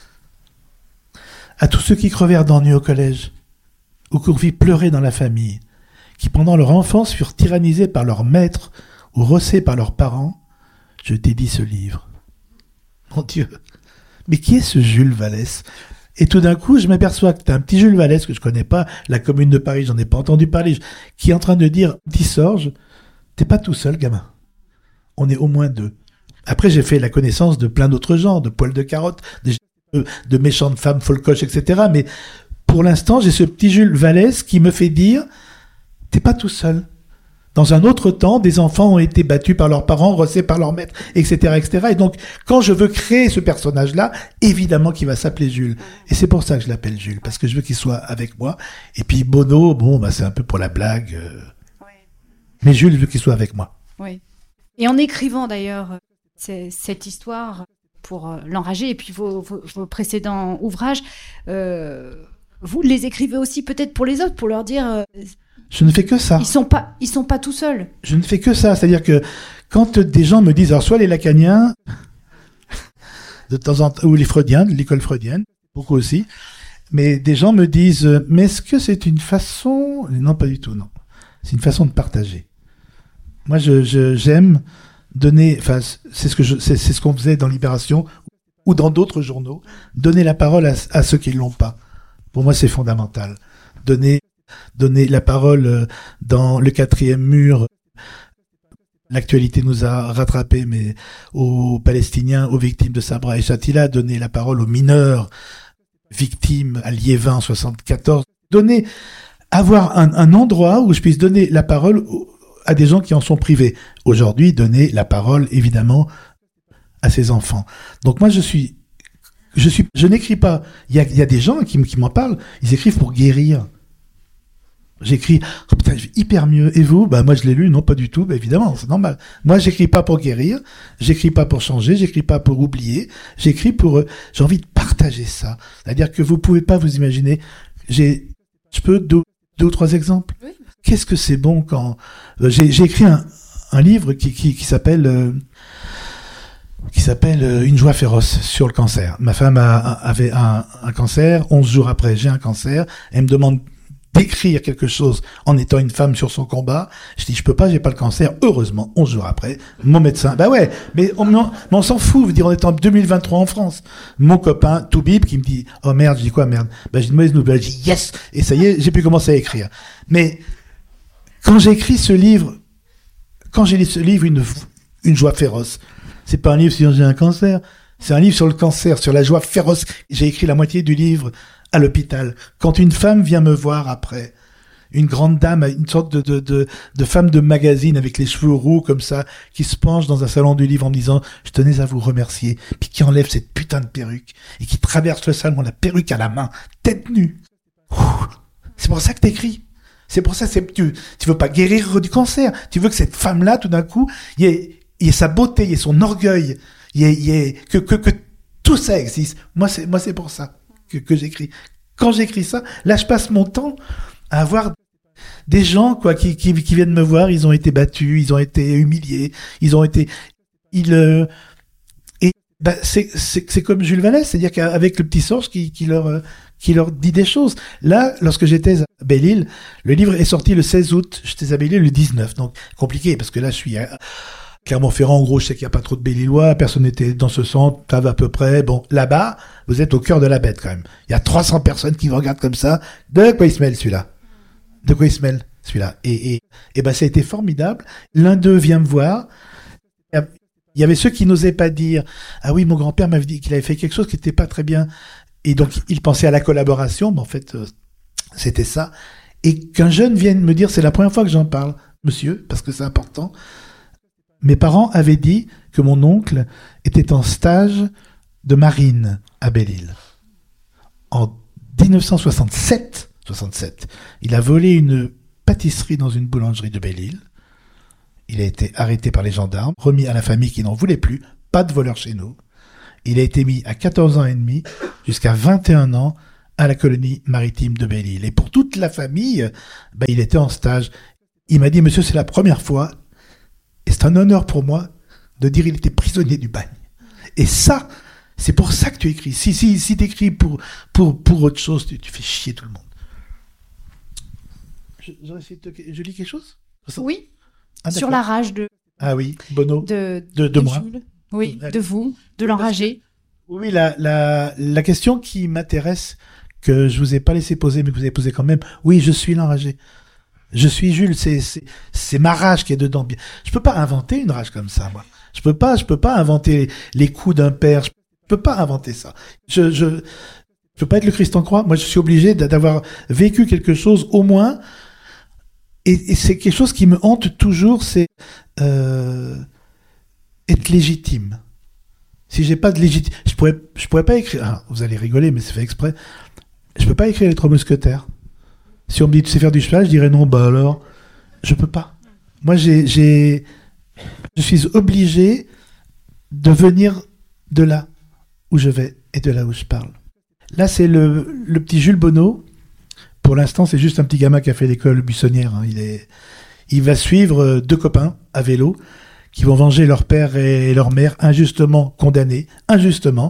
à tous ceux qui crevèrent d'ennui au collège, ou qu'on vit pleurer dans la famille, qui pendant leur enfance furent tyrannisés par leurs maîtres, ou rossés par leurs parents, je dédie ce livre. Mon Dieu, mais qui est ce Jules Vallès ? Et tout d'un coup, je m'aperçois que t'as un petit Jules Vallès que je connais pas, la Commune de Paris, j'en ai pas entendu parler, qui est en train de dire, petit Sorge, t'es pas tout seul, gamin. On est au moins deux. Après, j'ai fait la connaissance de plein d'autres gens, de poils de carotte, de, de méchantes femmes folcoches, et cetera. Mais pour l'instant, j'ai ce petit Jules Vallès qui me fait dire, t'es pas tout seul. Dans un autre temps, des enfants ont été battus par leurs parents, rossés par leurs maîtres, et cetera, et cetera. Et donc, quand je veux créer ce personnage-là, évidemment qu'il va s'appeler Jules. Et c'est pour ça que je l'appelle Jules, parce que je veux qu'il soit avec moi. Et puis Bono, bon, bah, c'est un peu pour la blague. Euh... Oui. Mais Jules, je veux qu'il soit avec moi. Oui. Et en écrivant d'ailleurs cette histoire pour euh, l'enrager, et puis vos, vos, vos précédents ouvrages, euh, vous les écrivez aussi peut-être pour les autres, pour leur dire... Euh, Je ne fais que ça. Ils sont pas, ils sont pas tout seuls. Je ne fais que ça. C'est-à-dire que quand des gens me disent, alors soit les lacaniens, de temps en temps, ou les freudiens, de l'école freudienne, beaucoup aussi, Mais des gens me disent, euh, mais est-ce que c'est une façon... Non, pas du tout, non. C'est une façon de partager. Moi, je, je, j'aime donner... Enfin, c'est ce que je, c'est, c'est ce qu'on faisait dans Libération ou dans d'autres journaux. Donner la parole à, à ceux qui ne l'ont pas. Pour moi, c'est fondamental. Donner, donner la parole dans le quatrième mur. L'actualité nous a rattrapés, mais aux Palestiniens, aux victimes de Sabra et Shatila, donner la parole aux mineurs, victimes à Liévin en soixante-quatorze. Donner, avoir un, un endroit où je puisse donner la parole à des gens qui en sont privés. Aujourd'hui, donner la parole, évidemment, à ces enfants. Donc moi, je suis, je suis, je n'écris pas. Il y a, il y a des gens qui, qui m'en parlent. Ils écrivent pour guérir. J'écris, oh putain, je vais hyper mieux. Et vous? Bah, moi, je l'ai lu. Non, pas du tout. Bah, évidemment, c'est normal. Moi, j'écris pas pour guérir. J'écris pas pour changer. J'écris pas pour oublier. J'écris pour, euh, j'ai envie de partager ça. C'est-à-dire que vous pouvez pas vous imaginer. J'ai, je peux deux, deux ou trois exemples. Oui. Qu'est-ce que c'est bon quand, euh, j'ai, j'ai écrit un, un livre qui, qui, qui s'appelle, euh, qui s'appelle euh, Une joie féroce sur le cancer. Ma femme a, avait un, un cancer. Onze jours après, j'ai un cancer. Elle me demande d'écrire quelque chose en étant une femme sur son combat. Je dis, je peux pas, j'ai pas le cancer. Heureusement, onze jours après, mon médecin, bah ouais, mais on, on, on s'en fout, je veux dire, on est en deux mille vingt-trois en France. Mon copain, Toubib, qui me dit, oh merde, je dis quoi, merde? Bah, j'ai une mauvaise nouvelle. Je dis, yes! Et ça y est, j'ai pu commencer à écrire. Mais, quand j'ai écrit ce livre, quand j'ai lu ce livre, une, une joie féroce, c'est pas un livre sur j'ai un cancer, c'est un livre sur le cancer, sur la joie féroce. J'ai écrit la moitié du livre à l'hôpital. Quand une femme vient me voir après, une grande dame, une sorte de, de, de, de femme de magazine avec les cheveux roux comme ça, qui se penche dans un salon du livre en me disant « Je tenais à vous remercier », puis qui enlève cette putain de perruque et qui traverse le salon, la perruque à la main, tête nue. Ouh, c'est pour ça que t'écris. C'est pour ça que tu, tu veux pas guérir du cancer. Tu veux que cette femme-là, tout d'un coup, il y ait, il y ait sa beauté, il y ait son orgueil, il y ait, il y ait, que, que, que tout ça existe. Moi, c'est, moi, c'est pour ça que, que j'écris. Quand j'écris ça, là, je passe mon temps à avoir des gens, quoi, qui, qui, qui viennent me voir, ils ont été battus, ils ont été humiliés, ils ont été, ils, euh, et, bah, c'est, c'est, c'est comme Jules Vallée, c'est-à-dire qu'avec le petit Sorge qui, qui leur, euh, qui leur dit des choses. Là, lorsque j'étais à Belle-Île, le livre est sorti le seize août, j'étais à Belle-Île le dix-neuf, donc compliqué, parce que là, je suis à Clermont-Ferrand, en gros, je sais qu'il n'y a pas trop de Belle-Îlois, personne n'était dans ce centre, ça va à peu près. Bon, là-bas, vous êtes au cœur de la bête, quand même. Il y a trois cents personnes qui vous regardent comme ça. De quoi il se mêle, celui-là? De quoi il se mêle, celui-là? Et, et, et ben, ça a été formidable. L'un d'eux vient me voir. Il y avait ceux qui n'osaient pas dire, ah oui, mon grand-père m'avait dit qu'il avait fait quelque chose qui n'était pas très bien. Et donc, il pensait à la collaboration, mais en fait, euh, c'était ça. Et qu'un jeune vienne me dire, c'est la première fois que j'en parle, monsieur, parce que c'est important. Mes parents avaient dit que mon oncle était en stage de marine à Belle-Île. En dix-neuf cent soixante-sept, soixante-sept, il a volé une pâtisserie dans une boulangerie de Belle-Île. Il a été arrêté par les gendarmes, remis à la famille qui n'en voulait plus, pas de voleur chez nous. Il a été mis à quatorze ans et demi jusqu'à vingt et un ans à la colonie maritime de Belle-Île. Et pour toute la famille, bah, il était en stage. Il m'a dit, monsieur, c'est la première fois, et c'est un honneur pour moi de dire qu'il était prisonnier du bagne. Et ça, c'est pour ça que tu écris. Si, si, si tu écris pour, pour, pour autre chose, tu, tu fais chier tout le monde. Je, de te... je lis quelque chose? Oui, ah, sur la rage de... Ah oui, Bono, de, de, de, de moi. Jules. Oui, de vous, de l'enragé. Oui, la, la, la question qui m'intéresse, que je vous ai pas laissé poser, mais que vous avez posé quand même, oui, je suis l'enragé. Je suis Jules, c'est, c'est, c'est ma rage qui est dedans. Je peux pas inventer une rage comme ça, moi. Je peux pas, je peux pas inventer les coups d'un père. Je peux pas inventer ça. Je, je, je peux pas être le Christ en croix. Moi, je suis obligé d'avoir vécu quelque chose, au moins. Et, et c'est quelque chose qui me hante toujours, c'est, euh, être légitime. Si j'ai pas de légitime, je pourrais, je pourrais pas écrire, ah, vous allez rigoler, mais c'est fait exprès. Je peux pas écrire les Trois Mousquetaires. Si on me dit, tu sais faire du cheval, je dirais non, bah alors, je peux pas. Moi, j'ai, j'ai, je suis obligé de venir de là où je vais et de là où je parle. Là, c'est le, le petit Jules Bonneau. Pour l'instant, c'est juste un petit gamin qui a fait l'école buissonnière. Hein. Il est, il va suivre deux copains à vélo qui vont venger leur père et leur mère injustement condamnés, injustement.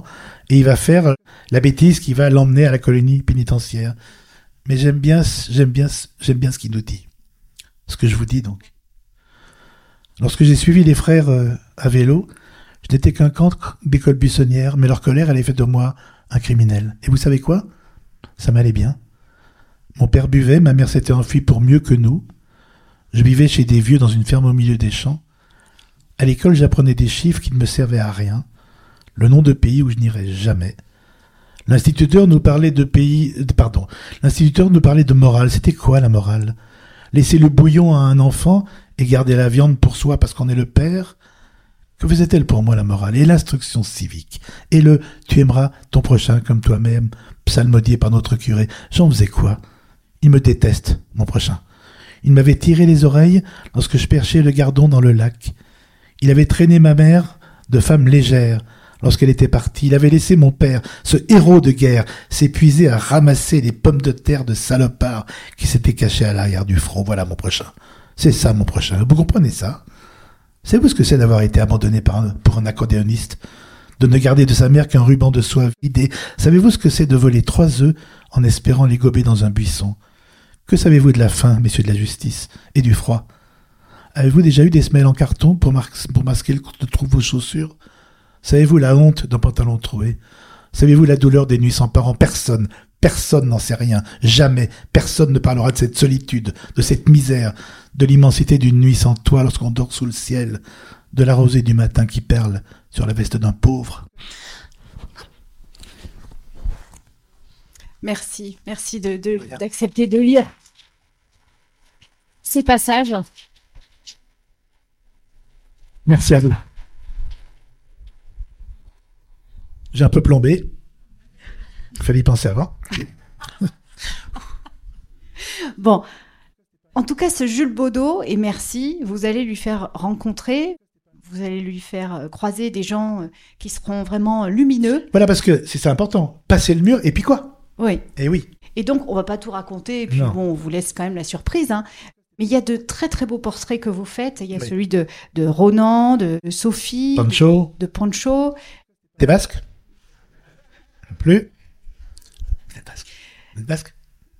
et il va faire la bêtise qui va l'emmener à la colonie pénitentiaire. Mais j'aime bien, j'aime bien, j'aime bien ce qu'il nous dit. Ce que je vous dis donc. Lorsque j'ai suivi les frères euh, à vélo, je n'étais qu'un cancre d'école buissonnière, mais leur colère, elle est faite de moi un criminel. Et vous savez quoi ? Ça m'allait bien. Mon père buvait, ma mère s'était enfuie pour mieux que nous. Je vivais chez des vieux dans une ferme au milieu des champs. À l'école, j'apprenais des chiffres qui ne me servaient à rien. Le nom de pays où je n'irais jamais. L'instituteur nous parlait de pays... Pardon. L'instituteur nous parlait de morale. C'était quoi la morale ? Laisser le bouillon à un enfant et garder la viande pour soi parce qu'on est le père ? Que faisait-elle pour moi la morale ? Et l'instruction civique ? Et le « tu aimeras ton prochain comme toi-même » psalmodié par notre curé. J'en faisais quoi ? Il me déteste, mon prochain. Il m'avait tiré les oreilles lorsque je perchais le gardon dans le lac. Il avait traîné ma mère de femme légère lorsqu'elle était partie. Il avait laissé mon père, ce héros de guerre, s'épuiser à ramasser les pommes de terre de salopard qui s'étaient cachés à l'arrière du front. Voilà mon prochain. C'est ça mon prochain. Vous comprenez ça ? Savez-vous ce que c'est d'avoir été abandonné par un, pour un accordéoniste ? De ne garder de sa mère qu'un ruban de soie vidé ? Savez-vous ce que c'est de voler trois œufs en espérant les gober dans un buisson ? Que savez-vous de la faim, messieurs de la justice, et du froid ? Avez-vous déjà eu des semelles en carton pour, mar- pour masquer le trou de vos chaussures ? Savez-vous la honte d'un pantalon troué ? Savez-vous la douleur des nuits sans parents ? Personne, personne n'en sait rien. Jamais, personne ne parlera de cette solitude, de cette misère, de l'immensité d'une nuit sans toit lorsqu'on dort sous le ciel, de la rosée du matin qui perle sur la veste d'un pauvre. Merci, merci de, de, d'accepter de lire ces passages. Merci à vous. J'ai un peu plombé. Il fallait y penser avant. Bon, en tout cas, ce Jules Baudot, et merci, vous allez lui faire rencontrer, vous allez lui faire croiser des gens qui seront vraiment lumineux. Voilà, parce que c'est ça important. Passer le mur, et puis quoi ? Oui. Et oui. Et donc, on va pas tout raconter, et puis Non. bon, on vous laisse quand même la surprise, hein. Mais il y a de très très beaux portraits que vous faites. Il y a Oui. celui de, de Ronan, de, de Sophie, Pancho. de Pancho. T'es basque ? Non plus. Vous êtes basque. Vous êtes basque ?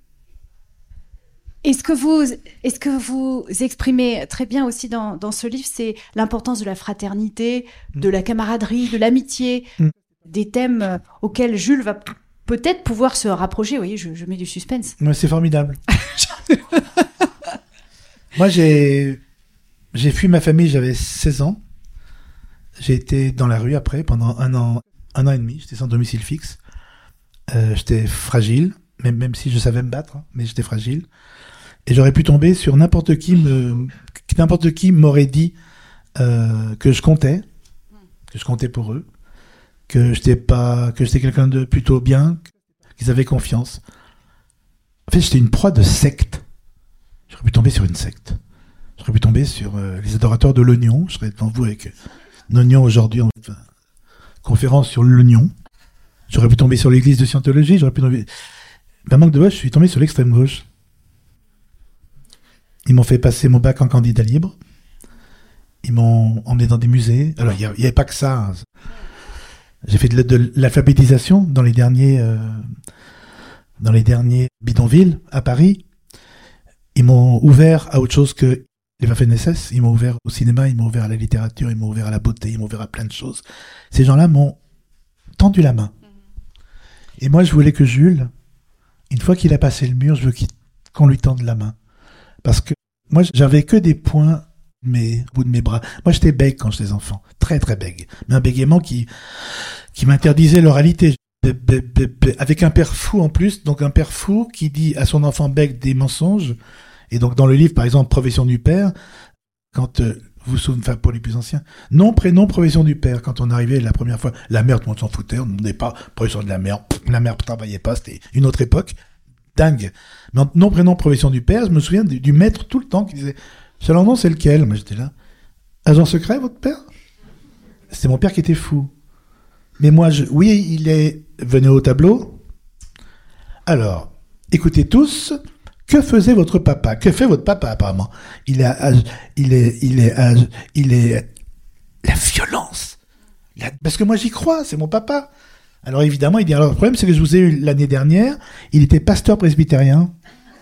Est-ce que vous, est-ce que vous exprimez très bien aussi dans, dans ce livre, c'est l'importance de la fraternité, de la camaraderie, de l'amitié, Mm. des thèmes euh, auxquels Jules va p- peut-être pouvoir se rapprocher. Vous voyez, je, je mets du suspense. Ouais, c'est formidable. Moi, j'ai, j'ai fui ma famille, j'avais seize ans. J'ai été dans la rue après, pendant un an, un an et demi. J'étais sans domicile fixe. Euh, j'étais fragile, même, même si je savais me battre, hein, mais j'étais fragile. Et j'aurais pu tomber sur n'importe qui, me, n'importe qui m'aurait dit euh, que je comptais, que je comptais pour eux, que j'étais pas, que j'étais quelqu'un de plutôt bien, qu'ils avaient confiance. En fait, j'étais une proie de secte. J'aurais pu tomber sur une secte. J'aurais pu tomber sur euh, les adorateurs de l'oignon. Je serais devant vous avec un oignon aujourd'hui en enfin, conférence sur l'oignon. J'aurais pu tomber sur l'église de Scientologie. J'aurais pu tomber. Ben, manque de bol, je suis tombé sur l'extrême gauche. Ils m'ont fait passer mon bac en candidat libre. Ils m'ont emmené dans des musées. Alors, il n'y avait pas que ça. Hein. J'ai fait de, la, de l'alphabétisation dans les derniers, euh, dans les derniers bidonvilles à Paris. Ils m'ont ouvert à autre chose que les Waffen S S. Ils m'ont ouvert au cinéma, ils m'ont ouvert à la littérature, ils m'ont ouvert à la beauté, ils m'ont ouvert à plein de choses. Ces gens-là m'ont tendu la main. Et moi, je voulais que Jules, une fois qu'il a passé le mur, je veux qu'il, qu'on lui tende la main. Parce que moi, j'avais que des points mais, au bout de mes bras. Moi, j'étais bègue quand j'étais enfant. Très, très bègue. Mais un bégaiement qui, qui m'interdisait l'oralité. Bé, bé, bé, bé, avec un père fou en plus. Donc, un père fou qui dit à son enfant bègue des mensonges. Et donc, dans le livre, par exemple, Profession du père, quand euh, vous vous souvenez, enfin, pour les plus anciens, nom, prénom, profession du père. Quand on arrivait la première fois, la mère, tout le monde s'en foutait. On ne demandait pas profession de la mère. Pff, la mère ne travaillait pas. C'était une autre époque. Dingue. Mais nom, prénom, profession du père, je me souviens du, du maître tout le temps qui disait seul nom, c'est lequel? Moi, j'étais là. Agent secret, votre père? C'était mon père qui était fou. Mais moi, je, oui, il est venu au tableau. Alors, écoutez tous, que faisait votre papa? Que fait votre papa, apparemment? Il est, âge, il est, il est, âge, il est, la violence. La, parce que moi, j'y crois, c'est mon papa. Alors évidemment, il dit, alors le problème, c'est que je vous ai eu l'année dernière, il était pasteur presbytérien.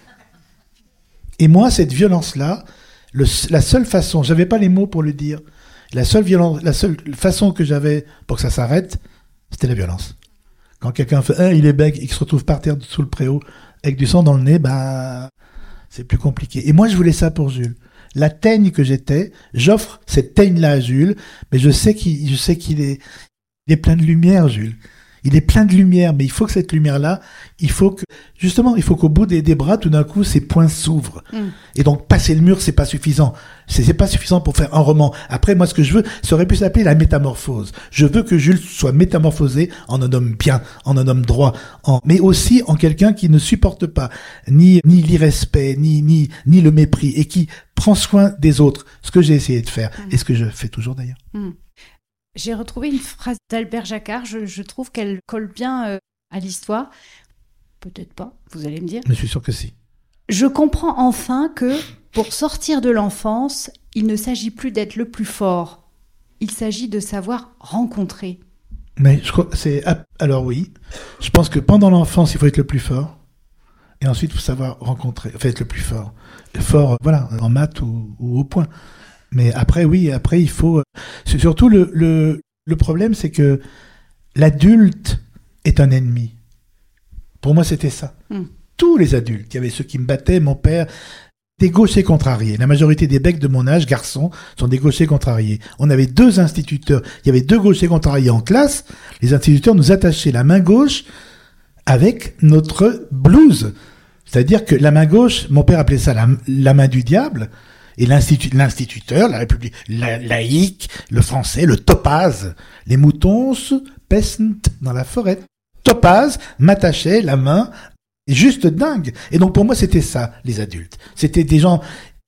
Et moi, cette violence-là, le, la seule façon, j'avais pas les mots pour le dire, la seule violence, la seule façon que j'avais pour que ça s'arrête, c'était la violence. Quand quelqu'un fait, ah, il est bègue, et qu'il se retrouve par terre sous le préau, avec du sang dans le nez, bah, c'est plus compliqué. Et moi, je voulais ça pour Jules. La teigne que j'étais, j'offre cette teigne-là à Jules, mais je sais qu'il, je sais qu'il est, il est plein de lumière, Jules. Il est plein de lumière, mais il faut que cette lumière-là, il faut que, justement, il faut qu'au bout des, des bras, tout d'un coup, ses poings s'ouvrent. Mm. Et donc, passer le mur, c'est pas suffisant. C'est, c'est pas suffisant pour faire un roman. Après, moi, ce que je veux, ça aurait pu s'appeler la métamorphose. Je veux que Jules soit métamorphosé en un homme bien, en un homme droit, en, mais aussi en quelqu'un qui ne supporte pas ni, ni l'irrespect, ni, ni, ni le mépris, et qui prend soin des autres. Ce que j'ai essayé de faire, mm. et ce que je fais toujours d'ailleurs. Mm. J'ai retrouvé une phrase d'Albert Jacquard, je, je trouve qu'elle colle bien euh, à l'histoire. Peut-être pas, vous allez me dire. Je suis sûr que si. Je comprends enfin que, pour sortir de l'enfance, il ne s'agit plus d'être le plus fort. Il s'agit de savoir rencontrer. Mais je crois c'est alors oui, je pense que pendant l'enfance, il faut être le plus fort. Et ensuite, il faut savoir rencontrer, enfin être le plus fort. Fort, voilà, en maths ou, ou au point. Mais après, oui, après, il faut... C'est surtout, le, le, le problème, c'est que l'adulte est un ennemi. Pour moi, c'était ça. Mm. Tous les adultes, il y avait ceux qui me battaient, mon père, des gauchers contrariés. La majorité des becs de mon âge, garçons, sont des gauchers contrariés. On avait deux instituteurs, il y avait deux gauchers contrariés en classe. Les instituteurs nous attachaient la main gauche avec notre blouse. C'est-à-dire que la main gauche, mon père appelait ça la, la main du diable. Et l'institu- l'instituteur, la République la, laïque, le français, le topaz, les moutons se pèsent dans la forêt. Topaz m'attachait la main, juste dingue. Et donc pour moi, c'était ça, les adultes. C'était des gens...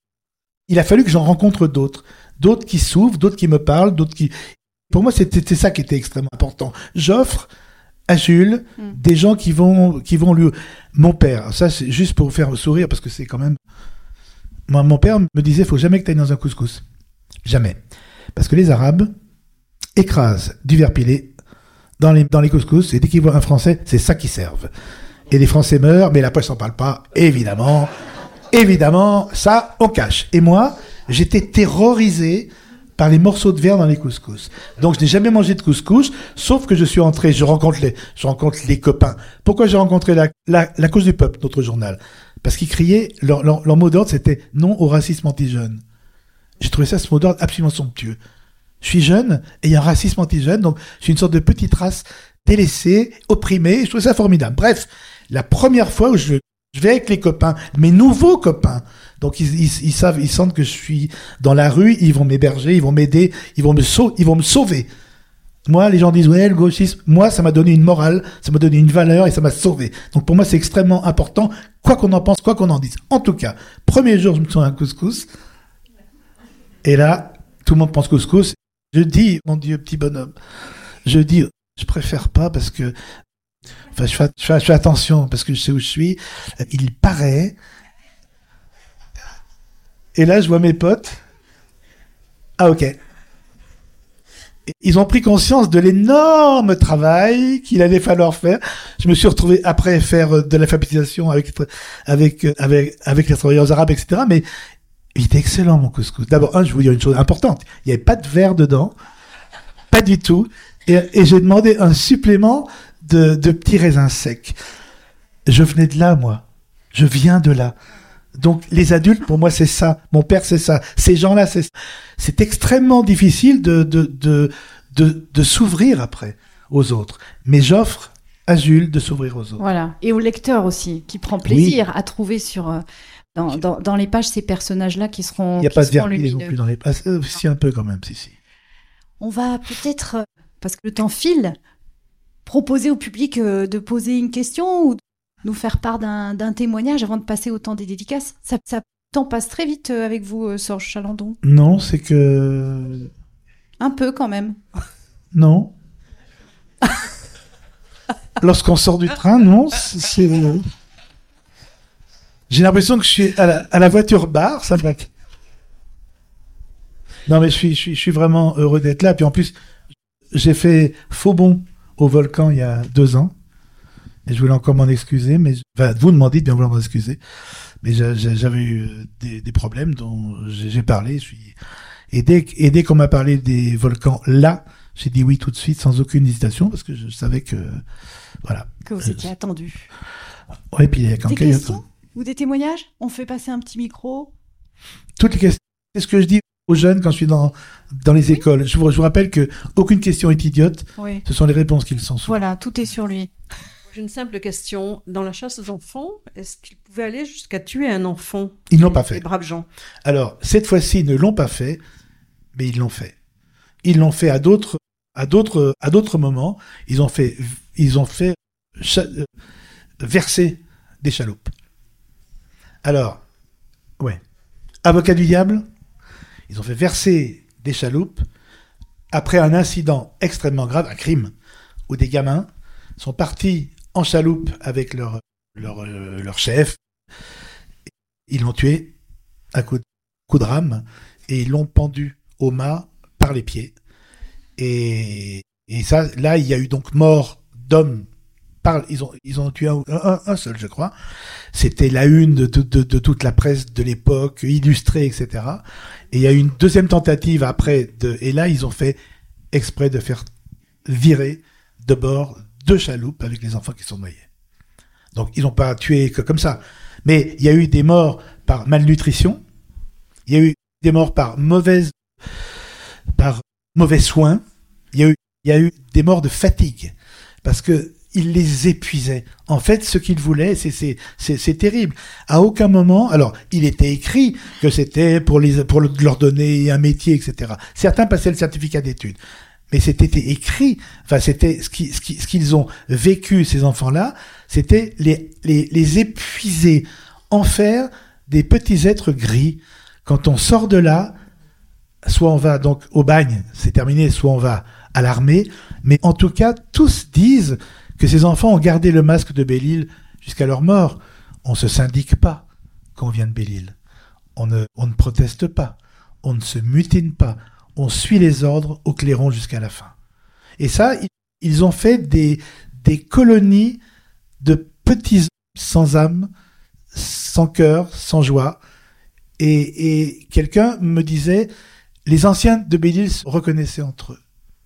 Il a fallu que j'en rencontre d'autres. D'autres qui s'ouvrent, d'autres qui me parlent, d'autres qui... Pour moi, c'était, c'était ça qui était extrêmement important. J'offre à Jules mm. des gens qui vont, qui vont lui... Mon père, ça c'est juste pour vous faire sourire, parce que c'est quand même... Moi, mon père me disait, faut jamais que tu ailles dans un couscous. Jamais. Parce que les Arabes écrasent du verre pilé dans les, dans les couscous, et dès qu'ils voient un Français, c'est ça qu'ils servent. Et les Français meurent, mais la poche s'en parle pas, évidemment. Évidemment, ça, on cache. Et moi, j'étais terrorisé par les morceaux de verre dans les couscous. Donc, je n'ai jamais mangé de couscous, sauf que je suis entré, je rencontre les, je rencontre les copains. Pourquoi j'ai rencontré la, la, la Cause du Peuple, notre journal? Parce qu'ils criaient, leur, leur, leur mot d'ordre, c'était « non au racisme anti-jeune ». J'ai trouvé ça, ce mot d'ordre, absolument somptueux. Je suis jeune, et il y a un racisme anti-jeune, donc je suis une sorte de petite race délaissée, opprimée, je trouve ça formidable. Bref, la première fois où je, je vais avec les copains, mes nouveaux copains, donc ils, ils, ils savent, ils sentent que je suis dans la rue, ils vont m'héberger, ils vont m'aider, ils vont me, sau- ils vont me sauver. Moi, les gens disent, ouais, le gauchisme, moi, ça m'a donné une morale, ça m'a donné une valeur et ça m'a sauvé. Donc, pour moi, c'est extrêmement important, quoi qu'on en pense, quoi qu'on en dise. En tout cas, premier jour, je me sens un couscous. Et là, tout le monde pense couscous. Je dis, mon Dieu, petit bonhomme, je dis, je préfère pas parce que, enfin, je fais, je fais, je fais attention parce que je sais où je suis. Il paraît. Et là, je vois mes potes. Ah, ok. Ils ont pris conscience de l'énorme travail qu'il allait falloir faire. Je me suis retrouvé après faire de l'alphabétisation avec avec avec avec les travailleurs arabes, et cetera. Mais il était excellent mon couscous. D'abord, un, je vais vous dire une chose importante. Il n'y avait pas de verre dedans, pas du tout. Et, et j'ai demandé un supplément de de petits raisins secs. Je venais de là, moi. Je viens de là. Donc, les adultes, pour moi, c'est ça. Mon père, c'est ça. Ces gens-là, c'est ça. C'est extrêmement difficile de, de, de, de, de s'ouvrir après aux autres. Mais j'offre à Jules de s'ouvrir aux autres. Voilà. Et au lecteur aussi, qui prend plaisir oui. à trouver sur, euh, dans, dans, dans les pages ces personnages-là qui seront. Il n'y a pas de verpilé non plus dans les pages. Euh, si, un peu quand même, si, si. On va peut-être, euh, parce que le temps file, proposer au public euh, de poser une question ou nous faire part d'un, d'un témoignage avant de passer au temps des dédicaces. Ça, ça temps passe très vite avec vous, Sorge Chalandon. Non, c'est que... Un peu quand même. Non. Lorsqu'on sort du train, non, c'est... c'est... J'ai l'impression que je suis à la, à la voiture bar, ça me... Non, mais je suis, je suis, je suis vraiment heureux d'être là. Puis en plus, j'ai fait faux bond au volcan il y a deux ans. Et je voulais encore m'en excuser, mais enfin, vous demandez de bien vouloir m'en excuser. Mais j'a- j'a- j'avais eu des, des problèmes dont j'ai j'ai parlé. Je suis... Et dès, et dès qu'on m'a parlé des volcans là, j'ai dit oui tout de suite, sans aucune hésitation, parce que je savais que... Voilà. Que vous étiez attendu. Ouais, puis il y a Des quelqu'un... questions ou des témoignages? On fait passer un petit micro. Toutes les questions. C'est ce que je dis aux jeunes quand je suis dans, dans les écoles. Je vous, je vous rappelle que aucune question est idiote. Oui. Ce sont les réponses qu'ils sont. Souvent. Voilà, tout est sur lui. J'ai une simple question. Dans la chasse aux enfants, est-ce qu'ils pouvaient aller jusqu'à tuer un enfant? Ils n'ont pas fait. Les braves gens. Alors, cette fois-ci, ils ne l'ont pas fait, mais ils l'ont fait. Ils l'ont fait à d'autres, à d'autres, à d'autres moments. Ils ont fait, ils ont fait cha- euh, verser des chaloupes. Alors, ouais. Avocat du diable, ils ont fait verser des chaloupes après un incident extrêmement grave, un crime, où des gamins sont partis en chaloupe avec leur, leur, euh, leur chef. Ils l'ont tué à coup de, coup de rame et ils l'ont pendu au mât par les pieds. Et, et ça, là, il y a eu donc mort d'hommes. Par, ils, ont, ils ont tué un, un, un seul, je crois. C'était la une de, de, de, de toute la presse de l'époque, illustrée, et cetera. Et il y a eu une deuxième tentative après. De, et là, ils ont fait exprès de faire virer de bord deux chaloupes avec les enfants qui sont noyés. Donc, ils n'ont pas tué que comme ça. Mais il y a eu des morts par malnutrition. Il y a eu des morts par mauvaise, par mauvais soins. Il y a eu, il y a eu des morts de fatigue. Parce que il les épuisait. En fait, ce qu'il voulait, c'est, c'est, c'est, c'est terrible. À aucun moment, alors, il était écrit que c'était pour les, pour leur donner un métier, et cetera. Certains passaient le certificat d'études. Mais c'était écrit, enfin, c'était ce, qui, ce, qui, ce qu'ils ont vécu, ces enfants-là, c'était les, les, les épuiser, en faire des petits êtres gris. Quand on sort de là, soit on va donc au bagne, c'est terminé, soit on va à l'armée, mais en tout cas, tous disent que ces enfants ont gardé le masque de Belle-Île jusqu'à leur mort. On ne se syndique pas quand on vient de Belle-Île. On ne, on ne proteste pas. On ne se mutine pas. On suit les ordres au clairon jusqu'à la fin. Et ça, ils ont fait des, des colonies de petits hommes sans âme, sans cœur, sans joie. Et, et quelqu'un me disait, les anciens de Belle-Île se reconnaissaient entre eux.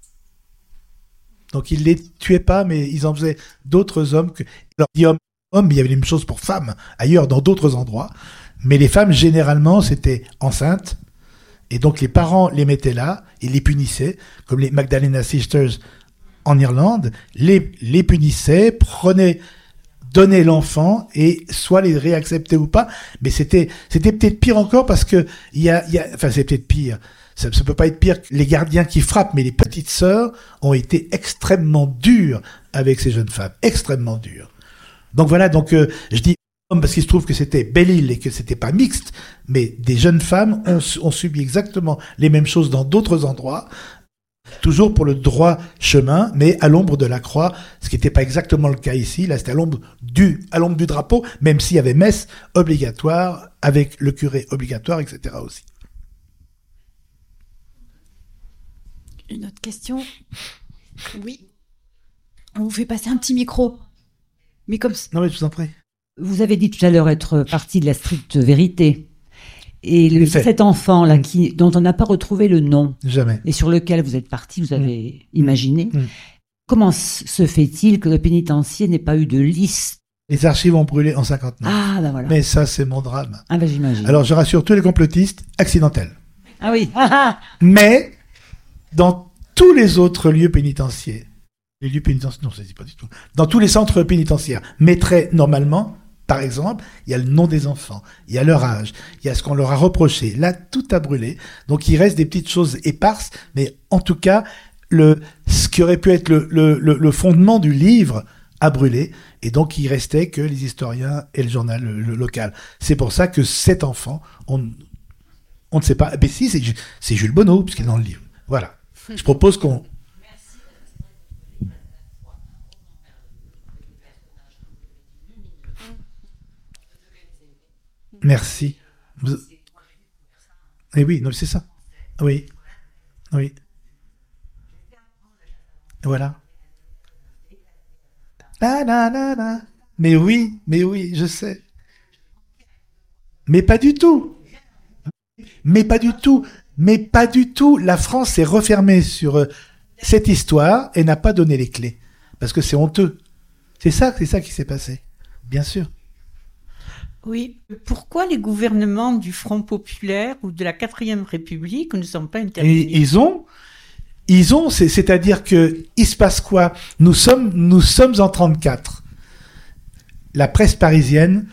Donc ils les tuaient pas, mais ils en faisaient d'autres hommes. Que... Alors, il dit homme, homme, mais il y avait les mêmes choses pour femmes, ailleurs, dans d'autres endroits. Mais les femmes, généralement, c'était enceintes. Et donc les parents les mettaient là, ils les punissaient, comme les Magdalena Sisters en Irlande, les, les punissaient, prenaient, donnaient l'enfant, et soit les réacceptaient ou pas. Mais c'était, c'était peut-être pire encore parce que, il y a, il y a, enfin c'est peut-être pire. Ça ne peut pas être pire que les gardiens qui frappent, mais les petites sœurs ont été extrêmement dures avec ces jeunes femmes, extrêmement dures. Donc voilà, donc euh, je dis homme parce qu'il se trouve que c'était Belle-Île et que c'était pas mixte, mais des jeunes femmes ont, ont subi exactement les mêmes choses dans d'autres endroits, toujours pour le droit chemin, mais à l'ombre de la croix, ce qui n'était pas exactement le cas ici. Là, c'était à l'ombre du, à l'ombre du drapeau, même s'il y avait messe obligatoire, avec le curé obligatoire, et cetera aussi. Une autre question? Oui. On vous fait passer un petit micro. Mais comme Non, mais je vous en prie. Vous avez dit tout à l'heure être parti de la stricte vérité. Et le, Fait. cet enfant-là, qui, dont on n'a pas retrouvé le nom, Jamais. et sur lequel vous êtes parti, vous avez mmh. imaginé, mmh. comment se fait-il que le pénitencier n'ait pas eu de liste? Les archives ont brûlé en cinquante-neuf. Ah, ben voilà. Mais ça, c'est mon drame. Ah, ben j'imagine. Alors, je rassure tous les complotistes, accidentel. Ah oui. Mais, dans tous les autres lieux pénitentiaires, les lieux pénitentiaires, non, ça ne dit pas du tout, dans tous les centres pénitentiaires, mais très normalement, par exemple, il y a le nom des enfants, il y a leur âge, il y a ce qu'on leur a reproché. Là, tout a brûlé. Donc, il reste des petites choses éparses, mais en tout cas, le, ce qui aurait pu être le, le, le, le fondement du livre a brûlé. Et donc, il restait que les historiens et le journal le, le local. C'est pour ça que cet enfant, on, on ne sait pas. Mais si, c'est, c'est Jules Bonneau, puisqu'il est dans le livre. Voilà. Je propose qu'on... Merci. Vous... Eh oui, non, c'est ça. Oui. Oui. Voilà. La, la, la, la. Mais oui, mais oui, je sais. Mais pas du tout. Mais pas du tout. Mais pas du tout. La France s'est refermée sur euh, cette histoire et n'a pas donné les clés. Parce que c'est honteux. C'est ça, c'est ça qui s'est passé. Bien sûr. Oui. Pourquoi les gouvernements du Front populaire ou de la quatrième République ne sont pas intervenus? Et ils ont, ils ont, c'est, c'est-à-dire que il se passe quoi? Nous sommes, nous sommes en trente-quatre. La presse parisienne,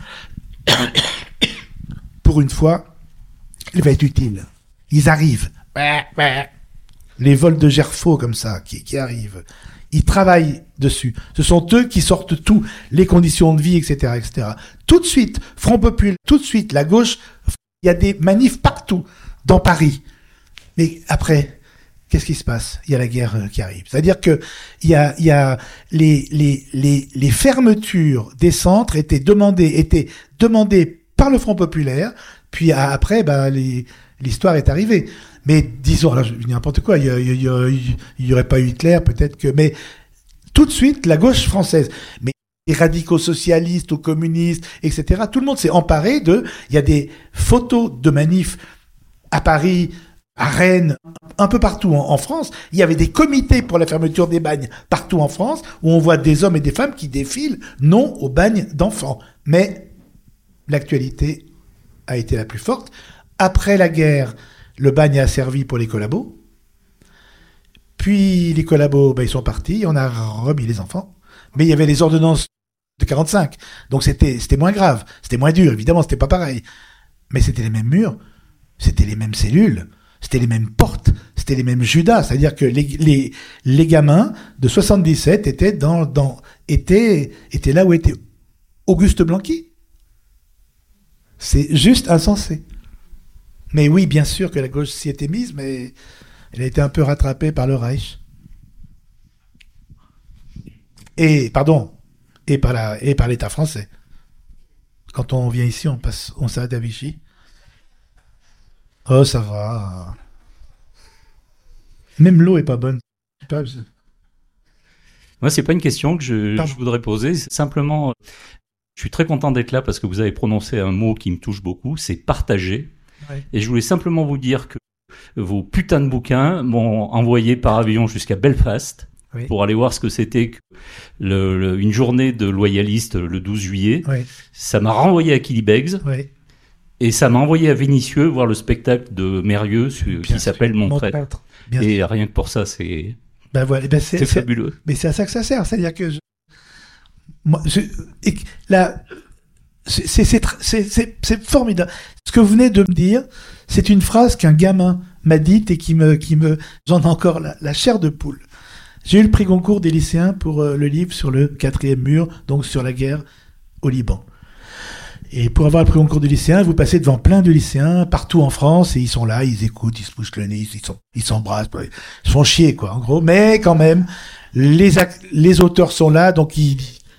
pour une fois, elle va être utile. Ils arrivent. Les vols de Gerfaux comme ça, qui, qui arrivent. Ils travaillent dessus. Ce sont eux qui sortent tout, les conditions de vie, et cetera, et cetera. Tout de suite, Front Populaire, tout de suite, la gauche, il y a des manifs partout, dans Paris. Mais après, qu'est-ce qui se passe? Il y a la guerre euh, qui arrive. C'est-à-dire que il y a, il y a les, les, les, les fermetures des centres étaient demandées, étaient demandées par le Front Populaire, puis à, après, bah, les, l'histoire est arrivée. Mais disons, alors je dis n'importe quoi, il y, a, il, y a, il y aurait pas eu Hitler, peut-être que, mais tout de suite, la gauche française, mais les radicaux socialistes ou communistes, et cetera, tout le monde s'est emparé de, il y a des photos de manifs à Paris, à Rennes, un peu partout en, en France. Il y avait des comités pour la fermeture des bagnes partout en France, où on voit des hommes et des femmes qui défilent non au bagne d'enfants. Mais l'actualité a été la plus forte. Après la guerre, le bagne a servi pour les collabos. Puis les collabos, ben, ils sont partis, on a remis les enfants. Mais il y avait les ordonnances de quarante-cinq. Donc c'était, c'était moins grave, c'était moins dur, évidemment, c'était pas pareil. Mais c'était les mêmes murs, c'était les mêmes cellules, c'était les mêmes portes, c'était les mêmes Judas. C'est-à-dire que les, les, les gamins de soixante-dix-sept étaient, dans, dans, étaient, étaient là où était Auguste Blanqui. C'est juste insensé. Mais oui, bien sûr que la gauche s'y était mise, mais elle a été un peu rattrapée par le Reich. Et, pardon, et par, la, et par l'État français. Quand on vient ici, on passe, on s'arrête à Vichy. Oh, ça va. Même l'eau est pas bonne. Moi, c'est pas une question que je, je voudrais poser. C'est simplement, je suis très content d'être là parce que vous avez prononcé un mot qui me touche beaucoup, c'est partager. Ouais. Et je voulais simplement vous dire que vos putains de bouquins m'ont envoyé par avion jusqu'à Belfast. Oui. Pour aller voir ce que c'était que le, le, une journée de loyalistes le douze juillet. Oui. Ça m'a renvoyé à Quilibegs. Oui. Et ça m'a envoyé à Vénissieux voir le spectacle de Mérieux qui s'appelle Mon Traître. Et sûr. Rien que pour ça, c'est, ben voilà, ben c'est, c'est c'est fabuleux. Mais c'est à ça que ça sert. C'est-à-dire que je, moi, je, et, là, c'est, c'est, c'est, c'est, c'est, c'est formidable. Ce que vous venez de me dire, c'est une phrase qu'un gamin m'a dite et qui me, qui me, j'en ai encore la, la chair de poule. J'ai eu le prix Goncourt des lycéens pour euh, le livre sur le quatrième mur, donc sur la guerre au Liban. Et pour avoir le prix Goncourt des lycéens, vous passez devant plein de lycéens partout en France et ils sont là, ils écoutent, ils se bouchent le nez, ils, sont, ils s'embrassent, ils se font chier quoi, en gros. Mais quand même, les, ac- les auteurs sont là, donc ils...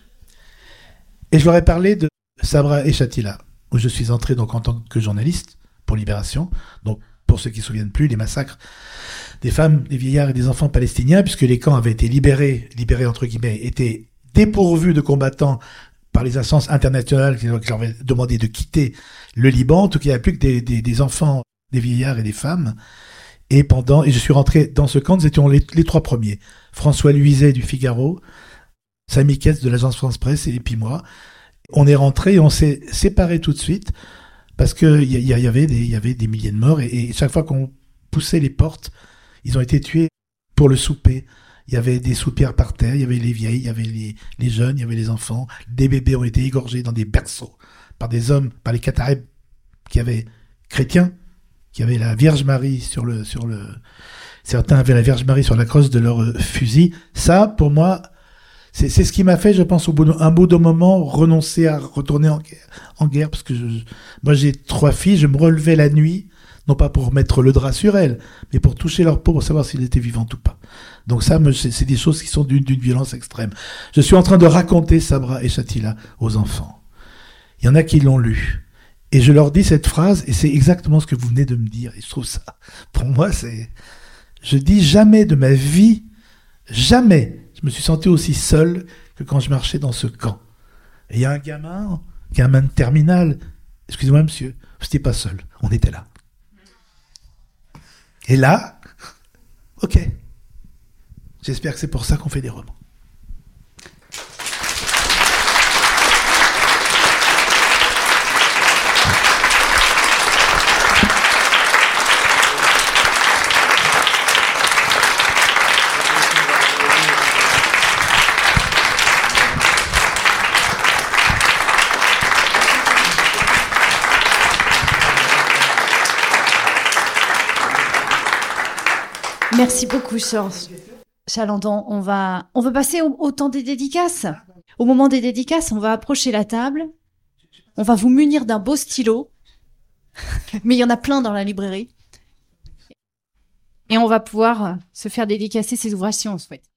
Et je leur ai parlé de Sabra et Shatila, où je suis entré donc en tant que journaliste pour Libération, donc pour ceux qui ne se souviennent plus, les massacres des femmes, des vieillards et des enfants palestiniens, puisque les camps avaient été libérés, libérés entre guillemets, étaient dépourvus de combattants par les instances internationales qui leur avaient demandé de quitter le Liban. En tout cas, il n'y a plus que des, des, des enfants, des vieillards et des femmes. Et pendant, et je suis rentré dans ce camp, nous étions les, les trois premiers. François Luizet du Figaro, Samy Ketz de l'agence France Presse et puis moi. On est rentrés et on s'est séparés tout de suite parce que il y, y, y avait des, il y avait des milliers de morts et, et chaque fois qu'on poussait les portes, ils ont été tués pour le souper. Il y avait des soupières par terre, il y avait les vieilles, il y avait les, les jeunes, il y avait les enfants. Des bébés ont été égorgés dans des berceaux par des hommes, par les Qataribes qui avaient chrétiens, qui avaient la Vierge Marie sur le, sur le, certains avaient la Vierge Marie sur la crosse de leur fusil. Ça, pour moi, c'est, c'est ce qui m'a fait, je pense, au bout d'un bout de moment, renoncer à retourner en guerre, en guerre parce que je, moi j'ai trois filles, je me relevais la nuit, non pas pour mettre le drap sur elles, mais pour toucher leur peau pour savoir s'ils étaient vivantes ou pas. Donc ça, c'est, c'est des choses qui sont d'une, d'une violence extrême. Je suis en train de raconter Sabra et Shatila aux enfants. Il y en a qui l'ont lu. Et je leur dis cette phrase, et c'est exactement ce que vous venez de me dire. Et je trouve ça, pour moi, c'est... Je dis jamais de ma vie, jamais, je me suis senti aussi seul que quand je marchais dans ce camp. Et il y a un gamin, gamin de terminale, excusez-moi monsieur, vous n'étiez pas seul, on était là. Et là, ok, j'espère que c'est pour ça qu'on fait des romans. Merci beaucoup, Charles Chalandon. On va, on va passer au, au temps des dédicaces. Au moment des dédicaces, on va approcher la table. On va vous munir d'un beau stylo. Mais il y en a plein dans la librairie. Et on va pouvoir se faire dédicacer ces ouvrages si on le souhaite.